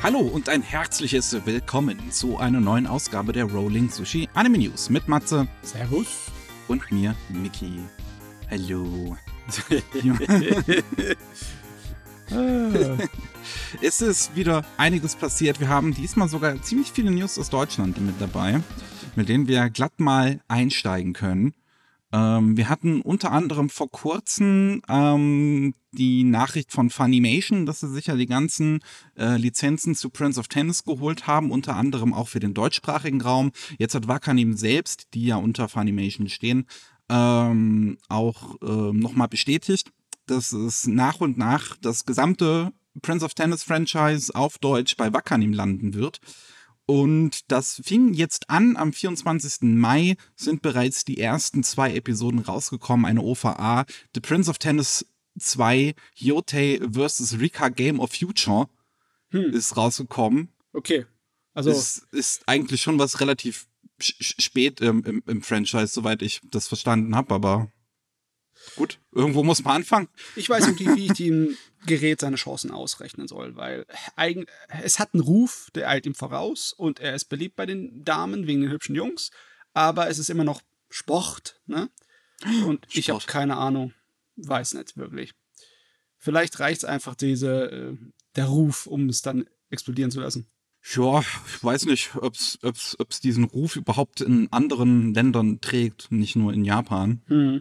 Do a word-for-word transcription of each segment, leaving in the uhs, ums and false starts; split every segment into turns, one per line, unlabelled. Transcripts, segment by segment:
Hallo und ein herzliches Willkommen zu einer neuen Ausgabe der Rolling Sushi Anime News mit Matze.
Servus.
Und mir, Miki. Hallo. Es ist wieder einiges passiert. Wir haben diesmal sogar ziemlich viele News aus Deutschland mit dabei, mit denen wir glatt mal einsteigen können. Ähm, wir hatten unter anderem vor kurzem ähm, die Nachricht von Funimation, dass sie sich ja die ganzen äh, Lizenzen zu Prince of Tennis geholt haben, unter anderem auch für den deutschsprachigen Raum. Jetzt hat Wakanim selbst, die ja unter Funimation stehen, ähm, auch ähm, nochmal bestätigt, dass es nach und nach das gesamte Prince of Tennis Franchise auf Deutsch bei Wakanim landen wird. Und das fing jetzt an, am vierundzwanzigsten Mai sind bereits die ersten zwei Episoden rausgekommen, eine O V A, The Prince of Tennis zwei, Hyotei versus. Rika Game of Future hm. ist rausgekommen.
Okay, also
es ist eigentlich schon was relativ spät im, im, im Franchise, soweit ich das verstanden habe, aber gut, irgendwo muss man anfangen.
Ich weiß nicht, wie ich dem Gerät seine Chancen ausrechnen soll, weil eigen, es hat einen Ruf, der eilt ihm voraus und er ist beliebt bei den Damen wegen den hübschen Jungs, aber es ist immer noch Sport, ne? Und Sport. Ich habe keine Ahnung, weiß nicht wirklich. Vielleicht reicht es einfach diese, äh, der Ruf, um es dann explodieren zu lassen.
Ja, ich weiß nicht, ob es diesen Ruf überhaupt in anderen Ländern trägt, nicht nur in Japan.
Hm.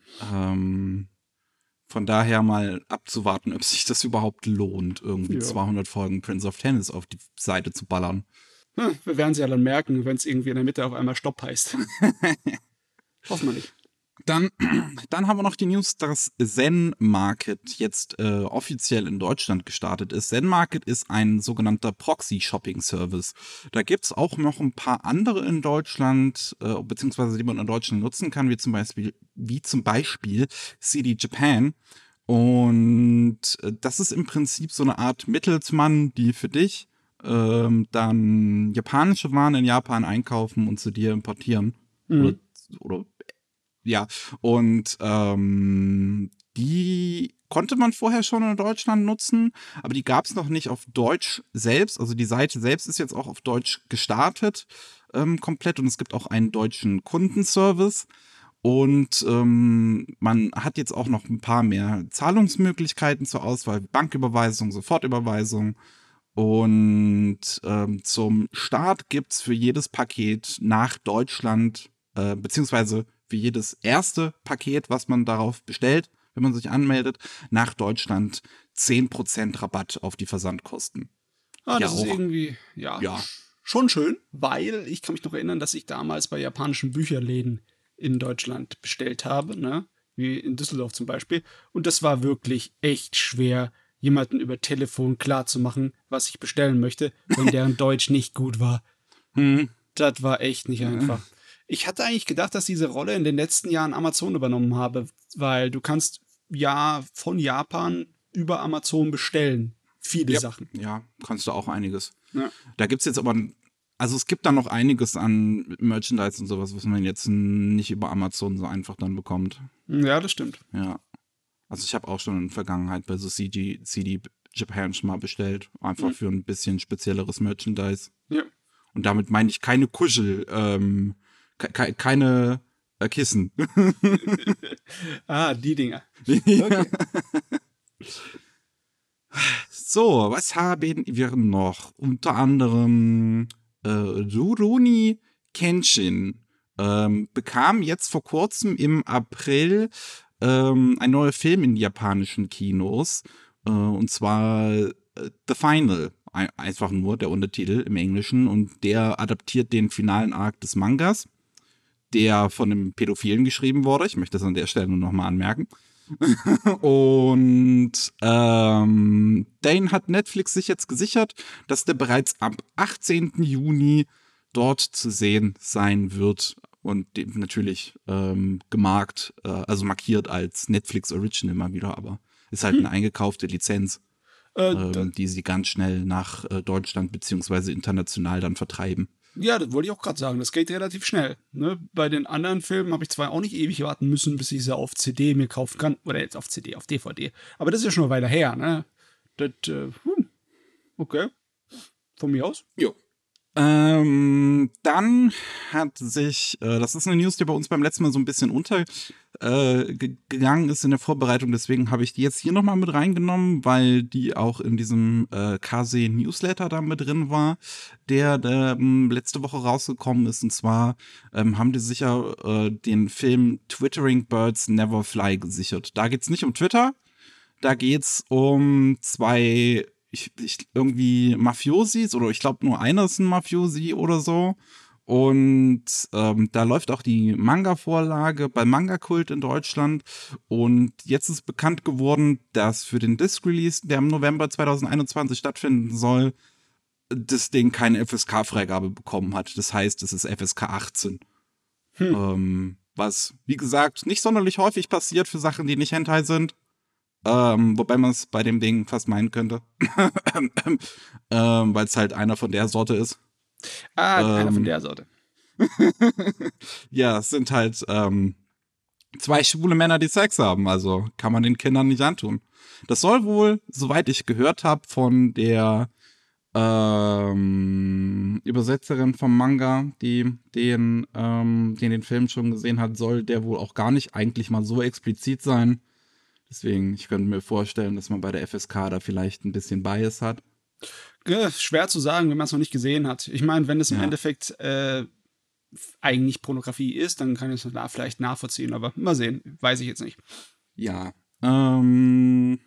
Ähm, von daher mal abzuwarten, ob sich das überhaupt lohnt, irgendwie ja. zweihundert Folgen Prince of Tennis auf die Seite zu ballern.
Hm, wir werden es ja dann merken, wenn es irgendwie in der Mitte auf einmal Stopp heißt. Hoffen wir nicht.
Dann, dann haben wir noch die News, dass Zen Market jetzt äh, offiziell in Deutschland gestartet ist. Zen Market ist ein sogenannter Proxy-Shopping-Service. Da gibt's auch noch ein paar andere in Deutschland, äh, beziehungsweise die man in Deutschland nutzen kann, wie zum Beispiel, wie zum Beispiel C D Japan. Und äh, das ist im Prinzip so eine Art Mittelsmann, die für dich ähm, dann japanische Waren in Japan einkaufen und zu dir importieren.
Mhm.
Oder, oder Ja, und ähm, die konnte man vorher schon in Deutschland nutzen, aber die gab es noch nicht auf Deutsch selbst. Also die Seite selbst ist jetzt auch auf Deutsch gestartet, ähm, komplett. Und es gibt auch einen deutschen Kundenservice. Und ähm, man hat jetzt auch noch ein paar mehr Zahlungsmöglichkeiten zur Auswahl. Banküberweisung, Sofortüberweisung. Und ähm, zum Start gibt's für jedes Paket nach Deutschland, äh, beziehungsweise für jedes erste Paket, was man darauf bestellt, wenn man sich anmeldet, nach Deutschland zehn Prozent Rabatt auf die Versandkosten.
Ah, das ja, ist irgendwie, ja,
ja,
schon schön, weil ich kann mich noch erinnern, dass ich damals bei japanischen Bücherläden in Deutschland bestellt habe, ne, wie in Düsseldorf zum Beispiel. Und das war wirklich echt schwer, jemanden über Telefon klarzumachen, was ich bestellen möchte, wenn deren Deutsch nicht gut war.
Hm.
Das war echt nicht einfach. Ich hatte eigentlich gedacht, dass diese Rolle in den letzten Jahren Amazon übernommen habe, weil du kannst ja von Japan über Amazon bestellen. Viele
ja,
Sachen.
Ja, kannst du auch einiges.
Ja.
Da gibt's jetzt aber, also es gibt da noch einiges an Merchandise und sowas, was man jetzt nicht über Amazon so einfach dann bekommt.
Ja, das stimmt.
Ja. Also ich habe auch schon in der Vergangenheit bei so C G, C D Japan schon mal bestellt. Einfach mhm. für ein bisschen spezielleres Merchandise.
Ja.
Und damit meine ich keine Kuschel, ähm, Ke- keine äh, Kissen.
ah, die Dinger.
Okay. So, was haben wir noch? Unter anderem äh, Rurouni Kenshin ähm, bekam jetzt vor kurzem im April ähm, ein neuer Film in japanischen Kinos. Äh, und zwar äh, The Final. Ein- einfach nur der Untertitel im Englischen. Und der adaptiert den finalen Arc des Mangas, der von einem Pädophilen geschrieben wurde. Ich möchte das an der Stelle nur nochmal anmerken. Und ähm, den hat Netflix sich jetzt gesichert, dass der bereits ab achtzehnten Juni dort zu sehen sein wird und dem natürlich ähm, gemarkt, äh, also markiert als Netflix Original mal wieder, aber ist halt hm. eine eingekaufte Lizenz,
äh,
ähm, die sie ganz schnell nach äh, Deutschland beziehungsweise international dann vertreiben.
Ja, das wollte ich auch gerade sagen. Das geht relativ schnell. Ne? Bei den anderen Filmen habe ich zwar auch nicht ewig warten müssen, bis ich sie auf C D mir kaufen kann. Oder jetzt auf C D, auf D V D. Aber das ist ja schon eine Weile her. Ne? Das, äh, hm. Okay. von mir aus.
Jo. Ähm, dann hat sich, äh, das ist eine News, die bei uns beim letzten Mal so ein bisschen untergegangen äh, ist in der Vorbereitung, deswegen habe ich die jetzt hier nochmal mit reingenommen, weil die auch in diesem äh, K C-Newsletter da mit drin war, der, der ähm, letzte Woche rausgekommen ist. Und zwar ähm, haben die sicher äh, den Film Twittering Birds Never Fly gesichert. Da geht's nicht um Twitter, da geht's um zwei Ich, ich, irgendwie Mafiosis oder ich glaube nur einer ist ein Mafiosi oder so. Und ähm, da läuft auch die Manga-Vorlage bei Manga-Kult in Deutschland. Und jetzt ist bekannt geworden, dass für den Disc-Release, der im November zwanzig einundzwanzig stattfinden soll, das Ding keine F S K-Freigabe bekommen hat. Das heißt, es ist F S K achtzehn. Hm. Ähm, was, wie gesagt, nicht sonderlich häufig passiert für Sachen, die nicht Hentai sind. Ähm, wobei man es bei dem Ding fast meinen könnte. ähm, weil es halt einer von der Sorte ist.
Ah,
ähm,
einer von der Sorte.
Ja, es sind halt ähm, zwei schwule Männer, die Sex haben. Also kann man den Kindern nicht antun. Das soll wohl, soweit ich gehört habe, von der ähm, Übersetzerin vom Manga, die den, ähm, den den Film schon gesehen hat, soll der wohl auch gar nicht eigentlich mal so explizit sein. Deswegen, ich könnte mir vorstellen, dass man bei der F S K da vielleicht ein bisschen Bias hat.
Ja, schwer zu sagen, wenn man es noch nicht gesehen hat. Ich meine, wenn es im
Ja.
Endeffekt äh, eigentlich Pornografie ist, dann kann ich es da vielleicht nachvollziehen, aber mal sehen, weiß ich jetzt nicht.
Ja. Ähm,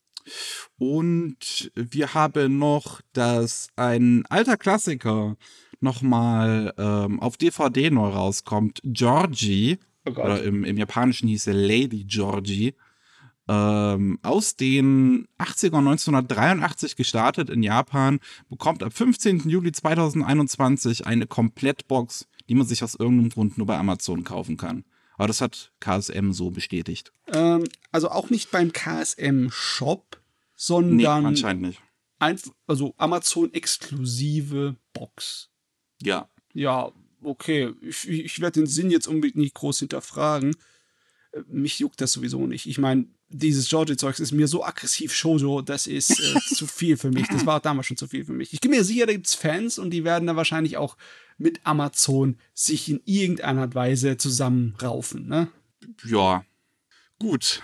und wir haben noch, dass ein alter Klassiker nochmal ähm, auf D V D neu rauskommt. Georgie.
Oh Gott.
Oder im, im Japanischen hieß er Lady Georgie. Ähm, aus den achtziger neunzehnhundertdreiundachtzig gestartet in Japan, bekommt ab fünfzehnten Juli zweitausendeinundzwanzig eine Komplettbox, die man sich aus irgendeinem Grund nur bei Amazon kaufen kann. Aber das hat K S M so bestätigt.
Ähm, also auch nicht beim K S M-Shop, sondern
Nee, anscheinend nicht.
Einfach, also Amazon-exklusive Box.
Ja.
Ja, okay. Ich, ich werde den Sinn jetzt unbedingt nicht groß hinterfragen. Mich juckt das sowieso nicht. Ich meine, dieses Georgie-Zeugs ist mir so aggressiv Shoujo, das ist äh, zu viel für mich. Das war damals schon zu viel für mich. Ich bin mir sicher, da gibt es Fans und die werden da wahrscheinlich auch mit Amazon sich in irgendeiner Weise zusammenraufen, ne?
Ja. Gut.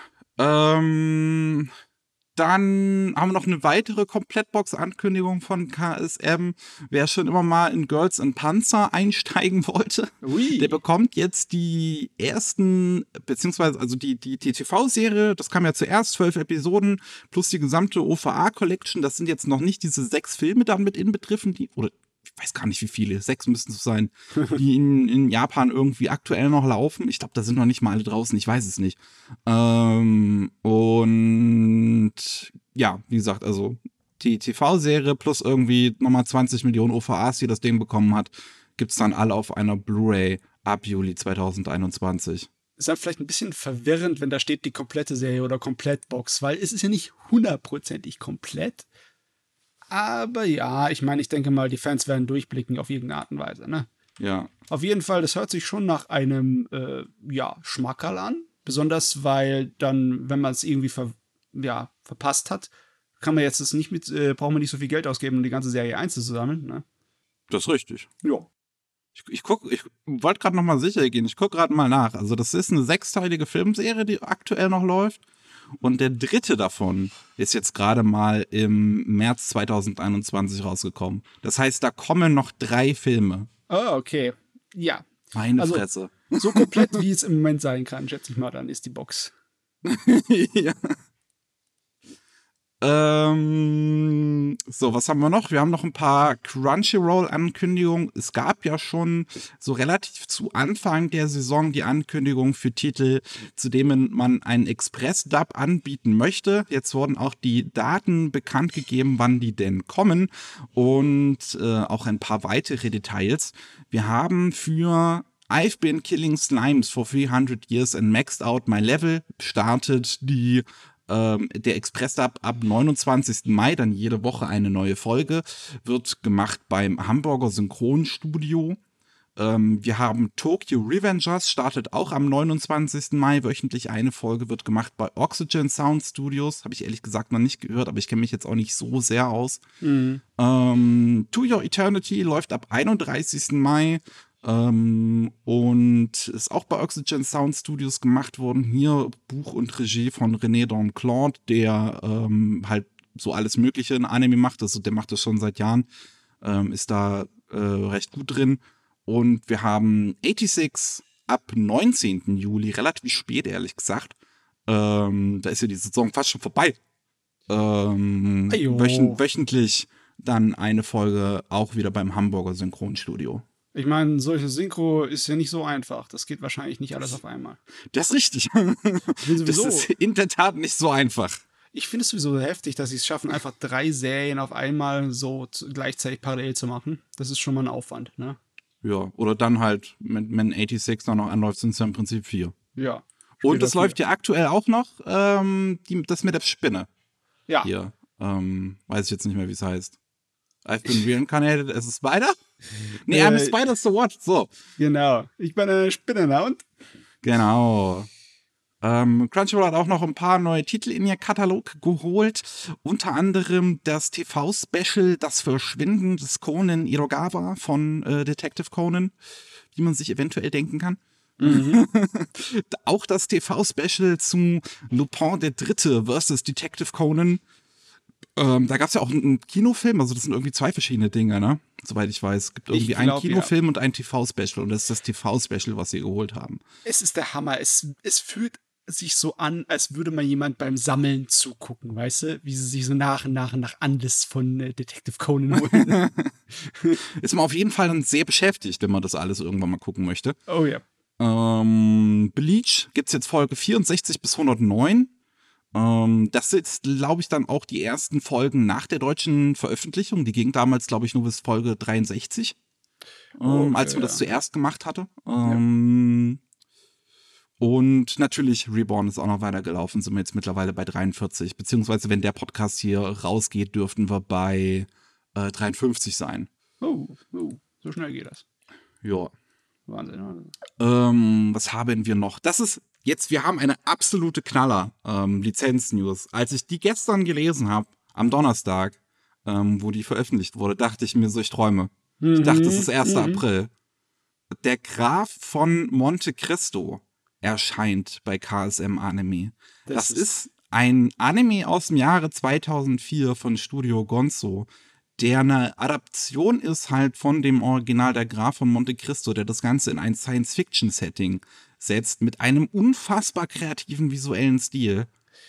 Ähm, dann haben wir noch eine weitere Komplettbox-Ankündigung von K S M. Wer schon immer mal in Girls and Panzer einsteigen wollte,
Ui.
der bekommt jetzt die ersten, beziehungsweise also die, die, die T V-Serie, das kam ja zuerst, zwölf Episoden, plus die gesamte O V A-Collection. Das sind jetzt noch nicht diese sechs Filme dann mit inbegriffen, die, oder ich weiß gar nicht wie viele, sechs müssten es sein, die in, in Japan irgendwie aktuell noch laufen. Ich glaube, da sind noch nicht mal alle draußen, ich weiß es nicht. Ähm, und ja, wie gesagt, also die T V-Serie plus irgendwie nochmal zwanzig Millionen O V As, die das Ding bekommen hat, gibt es dann alle auf einer Blu-ray ab Juli zweitausendeinundzwanzig.
Ist dann vielleicht ein bisschen verwirrend, wenn da steht die komplette Serie oder Komplettbox, weil es ist ja nicht hundertprozentig komplett. Aber ja, ich meine, ich denke mal, die Fans werden durchblicken auf irgendeine Art und Weise, ne?
Ja.
Auf jeden Fall, das hört sich schon nach einem, äh, ja, Schmackerl an. Besonders, weil dann, wenn man es irgendwie ver ja, verpasst hat, kann man jetzt das nicht mit, äh, braucht man nicht so viel Geld ausgeben, um die ganze Serie einzeln zu sammeln, ne?
Das ist richtig.
Ja.
Ich, ich guck, ich wollte gerade noch mal sicher gehen. Ich gucke gerade mal nach. Also das ist eine sechsteilige Filmserie, die aktuell noch läuft. Und der dritte davon ist jetzt gerade mal im März zweitausendeinundzwanzig rausgekommen. Das heißt, da kommen noch drei Filme.
Oh, okay. Ja.
Meine
Also,
Fresse.
So komplett, wie es im Moment sein kann, schätze ich mal, dann ist die Box.
Ja. Ähm, so, was haben wir noch? Wir haben noch ein paar Crunchyroll-Ankündigungen. Es gab ja schon so relativ zu Anfang der Saison die Ankündigung für Titel, zu denen man einen Express-Dub anbieten möchte. Jetzt wurden auch die Daten bekannt gegeben, wann die denn kommen und äh, auch ein paar weitere Details. Wir haben für I've been killing slimes for three hundred years and maxed out my level startet die Ähm, der Express-Dub ab neunundzwanzigsten Mai, dann jede Woche eine neue Folge, wird gemacht beim Hamburger Synchronstudio. Ähm, wir haben Tokyo Revengers, startet auch am neunundzwanzigsten Mai wöchentlich eine Folge, wird gemacht bei Oxygen Sound Studios. Habe ich ehrlich gesagt noch nicht gehört, aber ich kenne mich jetzt auch nicht so sehr aus.
Mhm.
Ähm, To Your Eternity läuft ab einunddreißigsten Mai. Ähm, und ist auch bei Oxygen Sound Studios gemacht worden. Hier Buch und Regie von René Donclaude, der ähm, halt so alles Mögliche in Anime macht. Also der macht das schon seit Jahren, ähm, ist da äh, recht gut drin. Und wir haben sechsundachtzig ab neunzehnten Juli, relativ spät, ehrlich gesagt. Ähm, da ist ja die Saison fast schon vorbei. Ähm,
Ajo.
wöchn wöchentlich dann eine Folge auch wieder beim Hamburger Synchronstudio.
Ich meine, solche Synchro ist ja nicht so einfach. Das geht wahrscheinlich nicht alles auf einmal.
Das ist richtig.
Sowieso,
das ist in der Tat nicht so einfach.
Ich finde es sowieso heftig, dass sie es schaffen, einfach drei Serien auf einmal so zu, gleichzeitig parallel zu machen. Das ist schon mal ein Aufwand, ne?
Ja, oder dann halt, wenn, wenn sechsundachtzig dann noch anläuft, sind es ja im Prinzip vier.
Ja.
Und es läuft ja aktuell auch noch ähm, die, das mit der Spinne.
Ja.
Hier. Ähm, weiß ich jetzt nicht mehr, wie es heißt. I've been reincarnated as a spider? Nee, I'm a spider, so what? So.
Genau. Ich bin eine Spinne, na und?
Genau. Ähm, Crunchyroll hat auch noch ein paar neue Titel in ihr Katalog geholt. Unter anderem das T V-Special Das Verschwinden des Conan Edogawa von äh, Detective Conan, wie man sich eventuell denken kann. Mhm. Auch das T V-Special zu Lupin der Dritte versus Detective Conan. Ähm, da gab es ja auch einen Kinofilm, also das sind irgendwie zwei verschiedene Dinge, ne? Soweit ich weiß. Es gibt irgendwie glaub, einen Kinofilm ja. und ein T V-Special. Und das ist das T V-Special, was sie geholt haben.
Es ist der Hammer. Es, es fühlt sich so an, als würde man jemand beim Sammeln zugucken, weißt du? Wie sie sich so nach und nach und nach alles von äh, Detective Conan holen.
Ist man auf jeden Fall dann sehr beschäftigt, wenn man das alles irgendwann mal gucken möchte.
Oh ja.
Ähm, Bleach gibt's jetzt Folge vierundsechzig bis hundertneun. Ähm, das sind, glaube ich, dann auch die ersten Folgen nach der deutschen Veröffentlichung. Die ging damals, glaube ich, nur bis Folge dreiundsechzig, ähm, okay, als man ja. das zuerst gemacht hatte. Ähm, ja. Und natürlich, Reborn ist auch noch weitergelaufen, sind wir jetzt mittlerweile bei dreiundvierzig. Beziehungsweise, wenn der Podcast hier rausgeht, dürften wir bei äh, dreiundfünfzig sein.
Oh, oh, so schnell geht das.
Ja.
Wahnsinn, Wahnsinn.
Ähm, was haben wir noch? Das ist jetzt, wir haben eine absolute Knaller, ähm, Lizenz-News. Als ich die gestern gelesen habe, am Donnerstag, ähm, wo die veröffentlicht wurde, dachte ich mir so, ich träume. Mhm. Ich dachte, das ist erster Mhm. April. Der Graf von Monte Cristo erscheint bei K S M Anime. Das, das ist, ist ein Anime aus dem Jahre zweitausendvier von Studio Gonzo, der eine Adaption ist halt von dem Original Der Graf von Monte Cristo, der das Ganze in ein Science-Fiction-Setting setzt, mit einem unfassbar kreativen visuellen Stil.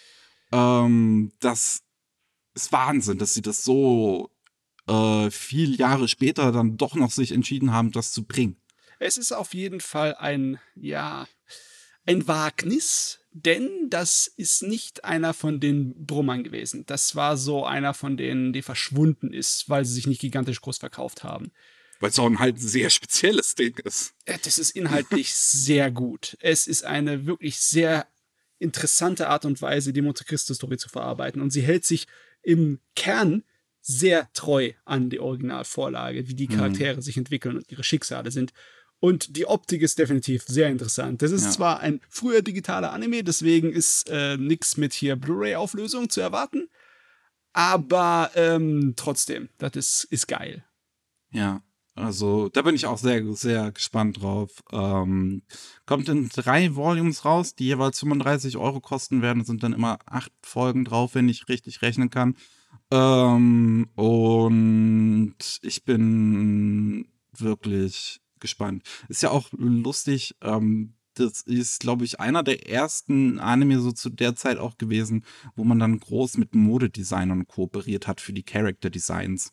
Ähm, das ist Wahnsinn, dass sie das so äh, viele Jahre später dann doch noch sich entschieden haben, das zu bringen.
Es ist auf jeden Fall ein, ja, ein Wagnis, denn das ist nicht einer von den Brummern gewesen. Das war so einer von denen, die verschwunden ist, weil sie sich nicht gigantisch groß verkauft haben.
Weil es auch ein halt sehr spezielles Ding ist.
Das ist inhaltlich sehr gut. Es ist eine wirklich sehr interessante Art und Weise, die Monte Cristo-Story zu verarbeiten. Und sie hält sich im Kern sehr treu an die Originalvorlage, wie die Charaktere mhm. sich entwickeln und ihre Schicksale sind. Und die Optik ist definitiv sehr interessant. Das ist ja. zwar ein früher digitaler Anime, deswegen ist äh, nichts mit hier Blu-ray-Auflösung zu erwarten, aber ähm, trotzdem, das ist, ist geil.
Ja, also da bin ich auch sehr, sehr gespannt drauf. Ähm, kommt in drei Volumes raus, die jeweils fünfunddreißig Euro kosten werden. Es sind dann immer acht Folgen drauf, wenn ich richtig rechnen kann. Ähm, und ich bin wirklich gespannt. Ist ja auch lustig, ähm, das ist, glaube ich, einer der ersten Anime so zu der Zeit auch gewesen, wo man dann groß mit Modedesignern kooperiert hat für die Character Designs.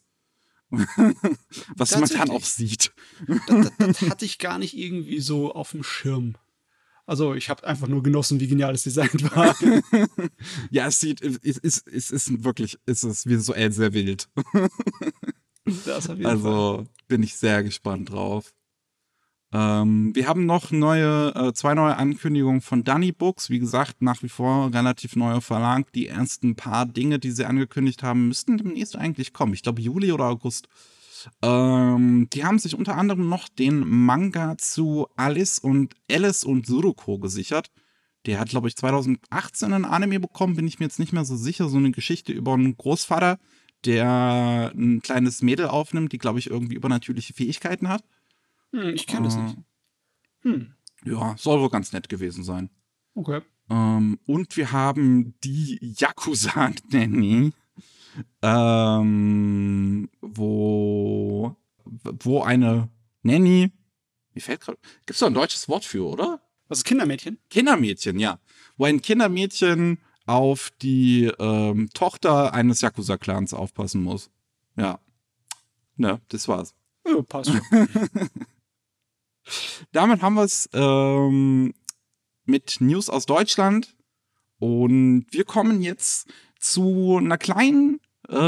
Was man dann auch sieht.
Das, das, das hatte ich gar nicht irgendwie so auf dem Schirm. Also ich habe einfach nur genossen, wie genial das designt war.
Ja, es sieht, es ist, es ist wirklich, es ist visuell sehr wild.
Das auf jeden
also
Fall.
Bin ich sehr gespannt drauf. Ähm, wir haben noch neue, äh, zwei neue Ankündigungen von Dunny Books. Wie gesagt, nach wie vor relativ neuer Verlag. Die ersten paar Dinge, die sie angekündigt haben, müssten demnächst eigentlich kommen. Ich glaube Juli oder August. Ähm, die haben sich unter anderem noch den Manga zu Alice und Alice und Sudoku gesichert. Der hat, glaube ich, zwanzig achtzehn ein Anime bekommen, bin ich mir jetzt nicht mehr so sicher. So eine Geschichte über einen Großvater, der ein kleines Mädel aufnimmt, die, glaube ich, irgendwie übernatürliche Fähigkeiten hat.
Hm, ich kenne das
Äh,
nicht. Hm,
Ja, soll wohl ganz nett gewesen sein.
okay.
Ähm, und wir haben die Yakuza-Nanny, ähm, wo, wo eine Nanny, mir fällt gerade, gibt's da ein deutsches Wort für, oder?
Was ist Kindermädchen?
Kindermädchen, ja. Wo ein Kindermädchen auf die ähm, Tochter eines Yakuza-Clans aufpassen muss. Ja. Ne, das war's.
Ja, passt schon.
Damit haben wir es ähm, mit News aus Deutschland. Und wir kommen jetzt zu einer kleinen,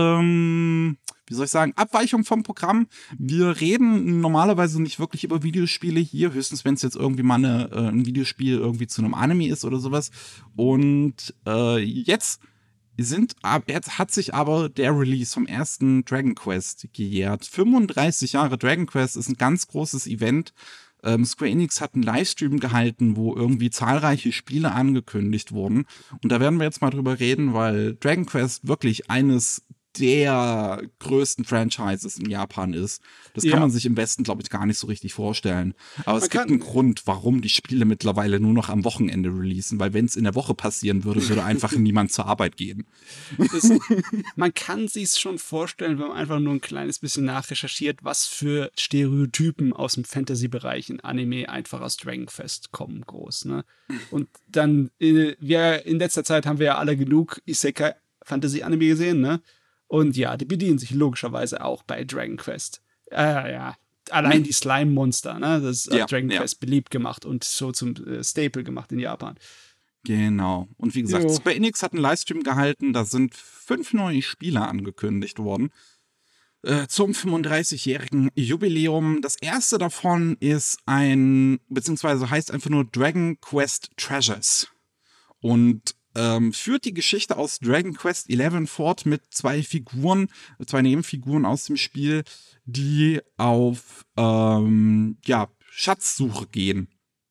ähm, wie soll ich sagen, Abweichung vom Programm. Wir reden normalerweise nicht wirklich über Videospiele hier, höchstens wenn es jetzt irgendwie mal eine, äh, ein Videospiel irgendwie zu einem Anime ist oder sowas. Und äh, jetzt sind, jetzt hat sich aber der Release vom ersten Dragon Quest gejährt. fünfunddreißig Jahre Dragon Quest ist ein ganz großes Event. Ähm, Square Enix hat einen Livestream gehalten, wo irgendwie zahlreiche Spiele angekündigt wurden. Und da werden wir jetzt mal drüber reden, weil Dragon Quest wirklich eines der größten Franchises in Japan ist. Das kann
Ja.
man sich im Westen, glaube ich, gar nicht so richtig vorstellen. Aber es
Man
gibt
kann-
einen Grund, warum die Spiele mittlerweile nur noch am Wochenende releasen, weil wenn es in der Woche passieren würde, würde einfach niemand zur Arbeit gehen.
Das, man kann sich's schon vorstellen, wenn man einfach nur ein kleines bisschen nachrecherchiert, was für Stereotypen aus dem Fantasy-Bereich in Anime einfach aus Dragon Quest kommen groß. Ne? Und dann, äh, wir in letzter Zeit haben wir ja alle genug Isekai-Fantasy-Anime gesehen, ne? Und ja, die bedienen sich logischerweise auch bei Dragon Quest. Äh, ja, allein die Slime-Monster, ne? Das hat
Ja,
Dragon
ja.
Quest beliebt gemacht und so zum äh, Staple gemacht in Japan.
Genau. Und wie gesagt,
Jo.
Square Enix hat einen Livestream gehalten, da sind fünf neue Spiele angekündigt worden. Äh, zum fünfunddreißigjährigen Jubiläum. Das erste davon ist ein, beziehungsweise heißt einfach nur Dragon Quest Treasures. Und ähm, führt die Geschichte aus Dragon Quest elf fort mit zwei Figuren, zwei Nebenfiguren aus dem Spiel, die auf ähm, ja, Schatzsuche gehen.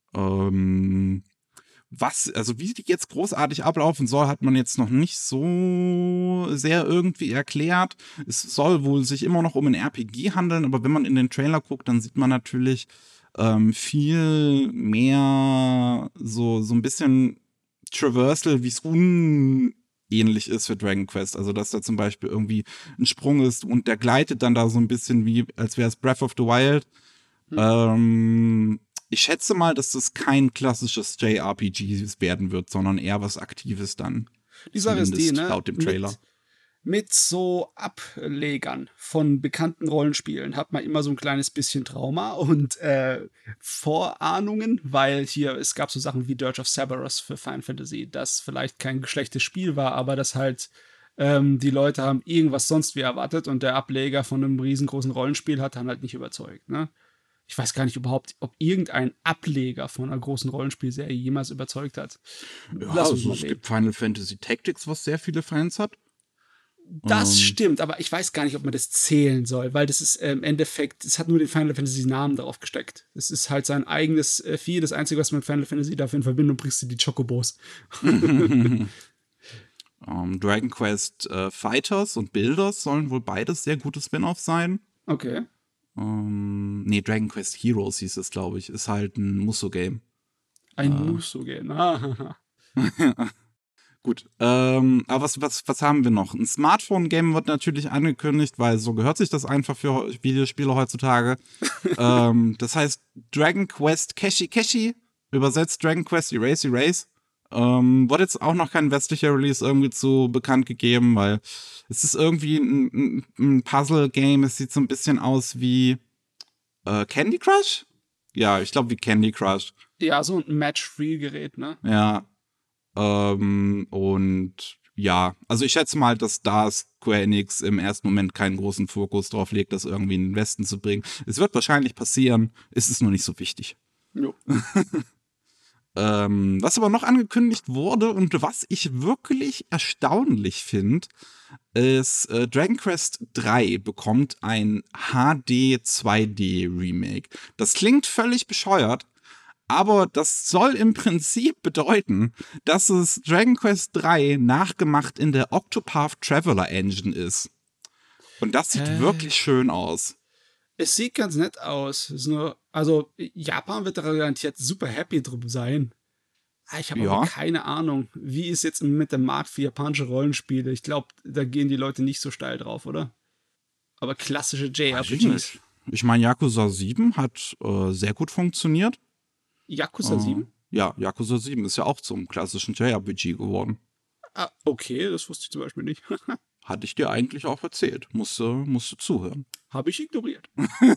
Ähm, was, also wie die jetzt großartig ablaufen soll, hat man jetzt noch nicht so sehr irgendwie erklärt. Es soll wohl sich immer noch um ein R P G handeln, aber wenn man in den Trailer guckt, dann sieht man natürlich ähm, viel mehr so, so ein bisschen Traversal, wie es unähnlich ist für Dragon Quest. Also, dass da zum Beispiel irgendwie ein Sprung ist und der gleitet dann da so ein bisschen wie, als wäre es Breath of the Wild.
Hm.
Ähm, ich schätze mal, dass das kein klassisches J R P G werden wird, sondern eher was Aktives dann.
Die Sache ist die,
Zumindest
ne?
laut dem Trailer.
Mit, mit so Ablegern von bekannten Rollenspielen hat man immer so ein kleines bisschen Trauma und äh, Vorahnungen, weil hier, es gab so Sachen wie Dirge of Cerberus für Final Fantasy, das vielleicht kein schlechtes Spiel war, aber das halt ähm, die Leute haben irgendwas sonst wie erwartet und der Ableger von einem riesengroßen Rollenspiel hat dann halt nicht überzeugt, ne? Ich weiß gar nicht überhaupt, ob irgendein Ableger von einer großen Rollenspielserie jemals überzeugt hat.
Ja,
Lass uns
also
mal
es
reden.
gibt Final Fantasy Tactics, was sehr viele Fans hat.
Das
Ähm.
stimmt, aber ich weiß gar nicht, ob man das zählen soll, weil das ist äh, im Endeffekt, es hat nur den Final Fantasy Namen darauf gesteckt. Es ist halt sein eigenes äh, Vieh. Das Einzige, was man mit Final Fantasy dafür in Verbindung bringst, sind die Chocobos.
ähm, Dragon Quest äh, Fighters und Builders sollen wohl beides sehr gute Spin-offs sein.
Okay.
Ähm, nee, Dragon Quest Heroes hieß es, glaube ich. Ist halt ein Musso-Game.
Ein
Äh.
Musso-Game. Ah,
Gut, ähm, aber was, was, was haben wir noch? Ein Smartphone-Game wird natürlich angekündigt, weil so gehört sich das einfach für heu- Videospiele heutzutage. ähm, das heißt Dragon Quest Keshi Keshi, übersetzt Dragon Quest Erase Erase. Ähm, wurde jetzt auch noch kein westlicher Release irgendwie zu bekannt gegeben, weil es ist irgendwie ein, ein, ein Puzzle-Game. Es sieht so ein bisschen aus wie äh, Candy Crush? Ja, ich glaube wie Candy Crush.
ja, so ein Match-Free-Gerät, ne?
Ja. Ähm, und ja, also ich schätze mal, dass da Square Enix im ersten Moment keinen großen Fokus drauf legt, das irgendwie in den Westen zu bringen. Es wird wahrscheinlich passieren, es ist nur nicht so wichtig.
Jo.
Ähm, was aber noch angekündigt wurde und was ich wirklich erstaunlich finde, ist äh, Dragon Quest drei bekommt ein H D zwei D Remake. Das klingt völlig bescheuert, aber das soll im Prinzip bedeuten, dass es Dragon Quest drei nachgemacht in der Octopath Traveler Engine ist. Und das sieht
Hä?
wirklich schön aus.
Es sieht ganz nett aus. Es ist nur, also Japan wird da garantiert super happy drüber sein. Ah, Ich habe
Ja.
aber keine Ahnung, wie ist jetzt mit dem Markt für japanische Rollenspiele. Ich glaube, da gehen die Leute nicht so steil drauf, oder? Aber klassische J R
Weiß
P
ich
Gs.
nicht. Ich meine, Yakuza sieben hat äh, sehr gut funktioniert.
Yakuza
Äh,
sieben?
Ja, Yakuza sieben ist ja auch zum klassischen J R P G geworden.
Ah, okay, das wusste ich zum Beispiel nicht.
Hatte ich dir eigentlich auch erzählt. Musste, musste zuhören.
Habe ich ignoriert.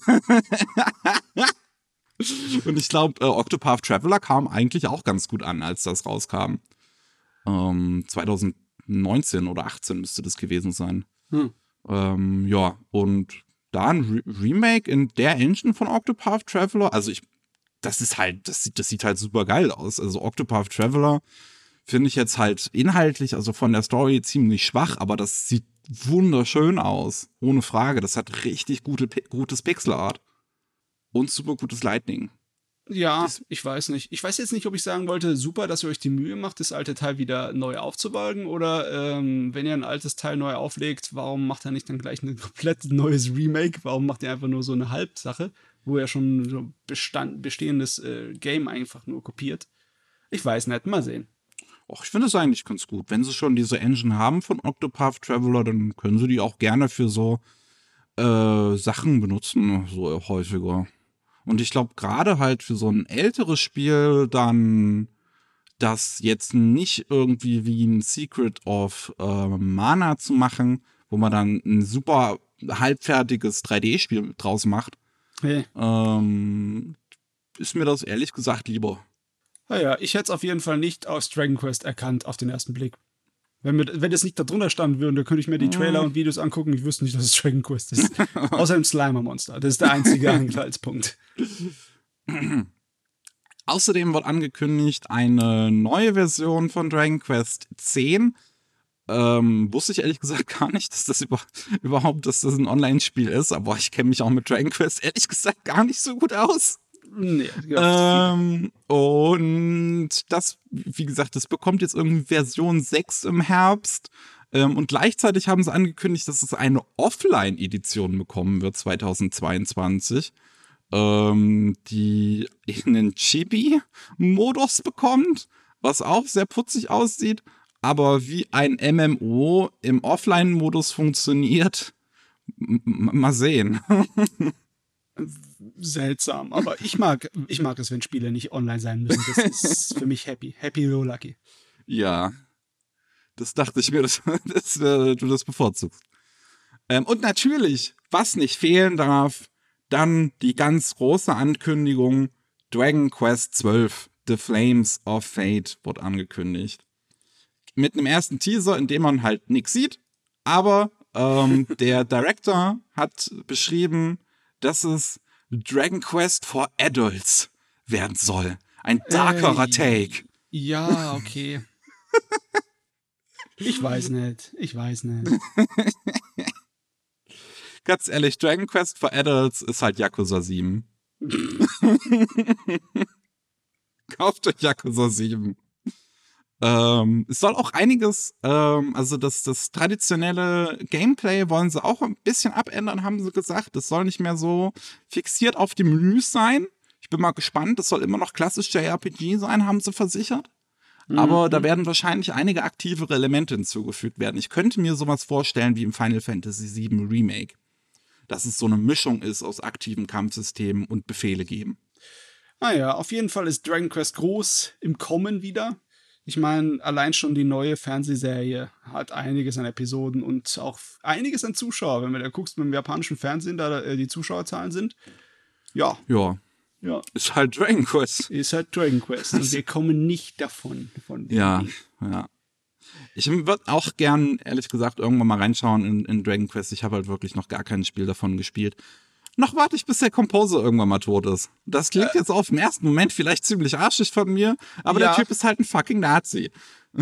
Und ich glaube, äh, Octopath Traveler kam eigentlich auch ganz gut an, als das rauskam. Ähm, zwanzig neunzehn oder achtzehn müsste das gewesen sein.
Hm.
Ähm, ja, und da ein Re Remake in der Engine von Octopath Traveler, also ich, das ist halt, das sieht, das sieht halt super geil aus. Also Octopath Traveler finde ich jetzt halt inhaltlich, also von der Story ziemlich schwach, aber das sieht wunderschön aus. Ohne Frage. Das hat richtig gute, gutes Pixelart. Und super gutes Lightning.
Ja,
Das-
ich weiß nicht. Ich weiß jetzt nicht, ob ich sagen wollte, super, dass ihr euch die Mühe macht, das alte Teil wieder neu aufzubalgen. Oder ähm, wenn ihr ein altes Teil neu auflegt, warum macht ihr nicht dann gleich ein komplett neues Remake? Warum macht ihr einfach nur so eine Halbsache, wo ihr schon so bestand, bestehendes äh, Game einfach nur kopiert? Ich weiß nicht, mal sehen.
Och, ich finde es eigentlich ganz gut. Wenn sie schon diese Engine haben von Octopath Traveler, dann können sie die auch gerne für so äh, Sachen benutzen, so häufiger. Und ich glaube, gerade halt für so ein älteres Spiel dann das jetzt nicht irgendwie wie ein Secret of äh, Mana zu machen, wo man dann ein super halbfertiges drei D-Spiel draus macht,
Hey.
ähm, ist mir das ehrlich gesagt lieber.
Naja, ich hätte es auf jeden Fall nicht aus Dragon Quest erkannt auf den ersten Blick. Wenn, mir, wenn das nicht da drunter standen würde, dann könnte ich mir die Trailer und Videos angucken. Ich wüsste nicht, dass es Dragon Quest ist. Außer im Slimer-Monster. Das ist der einzige Anhaltspunkt.
Außerdem wird angekündigt eine neue Version von Dragon Quest zehn. Ähm, wusste ich ehrlich gesagt gar nicht, dass das über, überhaupt dass das ein Online-Spiel ist, aber ich kenne mich auch mit Dragon Quest ehrlich gesagt gar nicht so gut aus.
Nee, ja,
Ähm, und das, wie gesagt, das bekommt jetzt irgendwie Version sechs im Herbst. Ähm, und gleichzeitig haben sie angekündigt, dass es eine Offline-Edition bekommen wird zweitausendzweiundzwanzig. Ähm, die einen Chibi-Modus bekommt, was auch sehr putzig aussieht. Aber wie ein M M O im Offline-Modus funktioniert, m- m- mal sehen.
seltsam. Aber ich mag, ich mag es, wenn Spiele nicht online sein müssen. Das ist für mich happy. Happy go lucky.
Ja, das dachte ich mir, dass, dass äh, du das bevorzugst. Ähm, und natürlich, was nicht fehlen darf, dann die ganz große Ankündigung: Dragon Quest zwölf, The Flames of Fate, wird angekündigt. Mit einem ersten Teaser, in dem man halt nichts sieht, aber ähm, der Director hat beschrieben, dass es Dragon Quest for Adults werden soll. Ein darkerer
Ey.
Take.
Ja, okay. Ich weiß nicht. Ich weiß nicht.
Ganz ehrlich, Dragon Quest for Adults ist halt Yakuza sieben. Kauft euch Yakuza sieben. Ähm, es soll auch einiges, ähm, also das, das traditionelle Gameplay wollen sie auch ein bisschen abändern, haben sie gesagt. Es soll nicht mehr so fixiert auf die Menüs sein. Ich bin mal gespannt. Es soll immer noch klassisch J R P G sein, haben sie versichert. Aber
Mhm.
da werden wahrscheinlich einige aktivere Elemente hinzugefügt werden. Ich könnte mir sowas vorstellen wie im Final Fantasy sieben Remake. Dass es so eine Mischung ist aus aktiven Kampfsystemen und Befehle geben.
Ah ja, auf jeden Fall ist Dragon Quest groß im Kommen wieder. Ich meine, allein schon die neue Fernsehserie hat einiges an Episoden und auch einiges an Zuschauer. Wenn du da guckst mit dem japanischen Fernsehen, da äh, die Zuschauerzahlen sind. Ja,
Ja,
ja,
ist halt Dragon Quest.
ist halt Dragon Quest. Und wir kommen nicht davon. Von dem
Ja,
Ding.
ja. Ich würde auch gern, ehrlich gesagt, irgendwann mal reinschauen in, in Dragon Quest. Ich habe halt wirklich noch gar kein Spiel davon gespielt. noch warte ich, bis der Composer irgendwann mal tot ist. Das klingt
Äh.
jetzt auf den ersten Moment vielleicht ziemlich arschig von mir, aber
Ja.
der Typ ist halt ein fucking Nazi.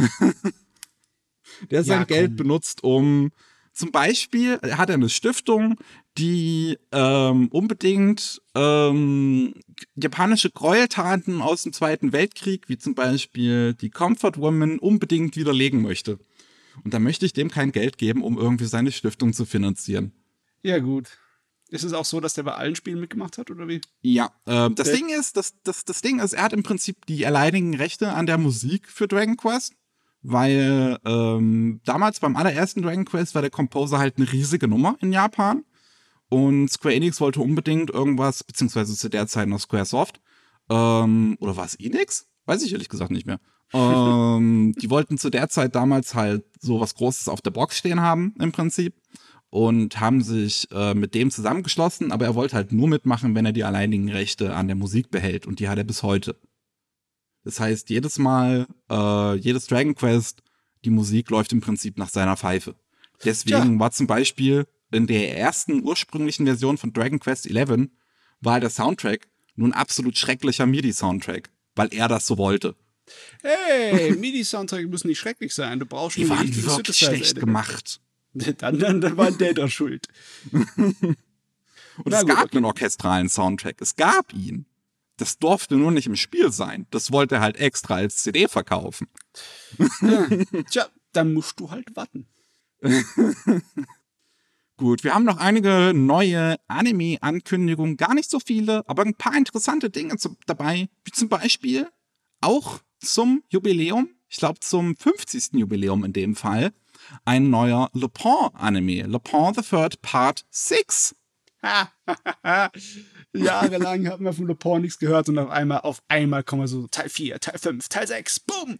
Der sein
Ja,
Geld
komm.
benutzt, um zum Beispiel hat er eine Stiftung, die ähm, unbedingt ähm, japanische Gräueltaten aus dem Zweiten Weltkrieg, wie zum Beispiel die Comfort Woman, unbedingt widerlegen möchte. Und da möchte ich dem kein Geld geben, um irgendwie seine Stiftung zu finanzieren.
Ja, gut. Ist es auch so, dass der bei allen Spielen mitgemacht hat, oder wie?
Ja, äh, das
Okay.
Ding ist, das, das, das Ding ist, er hat im Prinzip die alleinigen Rechte an der Musik für Dragon Quest, weil ähm, damals beim allerersten Dragon Quest war der Composer halt eine riesige Nummer in Japan und Square Enix wollte unbedingt irgendwas, beziehungsweise zu der Zeit noch Squaresoft, ähm, oder war es Enix? Weiß ich ehrlich gesagt nicht mehr. ähm, die wollten zu der Zeit damals halt so was Großes auf der Box stehen haben, im Prinzip. Und haben sich äh, mit dem zusammengeschlossen, aber er wollte halt nur mitmachen, wenn er die alleinigen Rechte an der Musik behält. Und die hat er bis heute. Das heißt, jedes Mal, äh, jedes Dragon Quest, die Musik läuft im Prinzip nach seiner Pfeife. Deswegen
Tja.
war zum Beispiel in der ersten ursprünglichen Version von Dragon Quest elf war halt der Soundtrack nur ein absolut schrecklicher MIDI-Soundtrack, weil er das so wollte.
Hey, MIDI-Soundtrack müssen nicht schrecklich sein. Du brauchst
Die
nur
waren
richtige
wirklich
Synthesizer.
schlecht gemacht.
Dann, dann, dann war der da schuld.
Und
Na
es
gut,
gab
okay.
einen orchestralen Soundtrack. Es gab ihn. Das durfte nur nicht im Spiel sein. Das wollte er halt extra als C D verkaufen.
Ja. Tja, dann musst du halt warten.
Gut, wir haben noch einige neue Anime-Ankündigungen. Gar nicht so viele, aber ein paar interessante Dinge zu, dabei. Wie zum Beispiel auch zum Jubiläum, ich glaube zum fünfzigsten Jubiläum in dem Fall, ein neuer Lupin-Anime. Lupin the Third Part sechs.
Jahrelang haben wir von Lupin nichts gehört und auf einmal, auf einmal kommen wir so Teil vier, Teil fünf, Teil sechs, boom!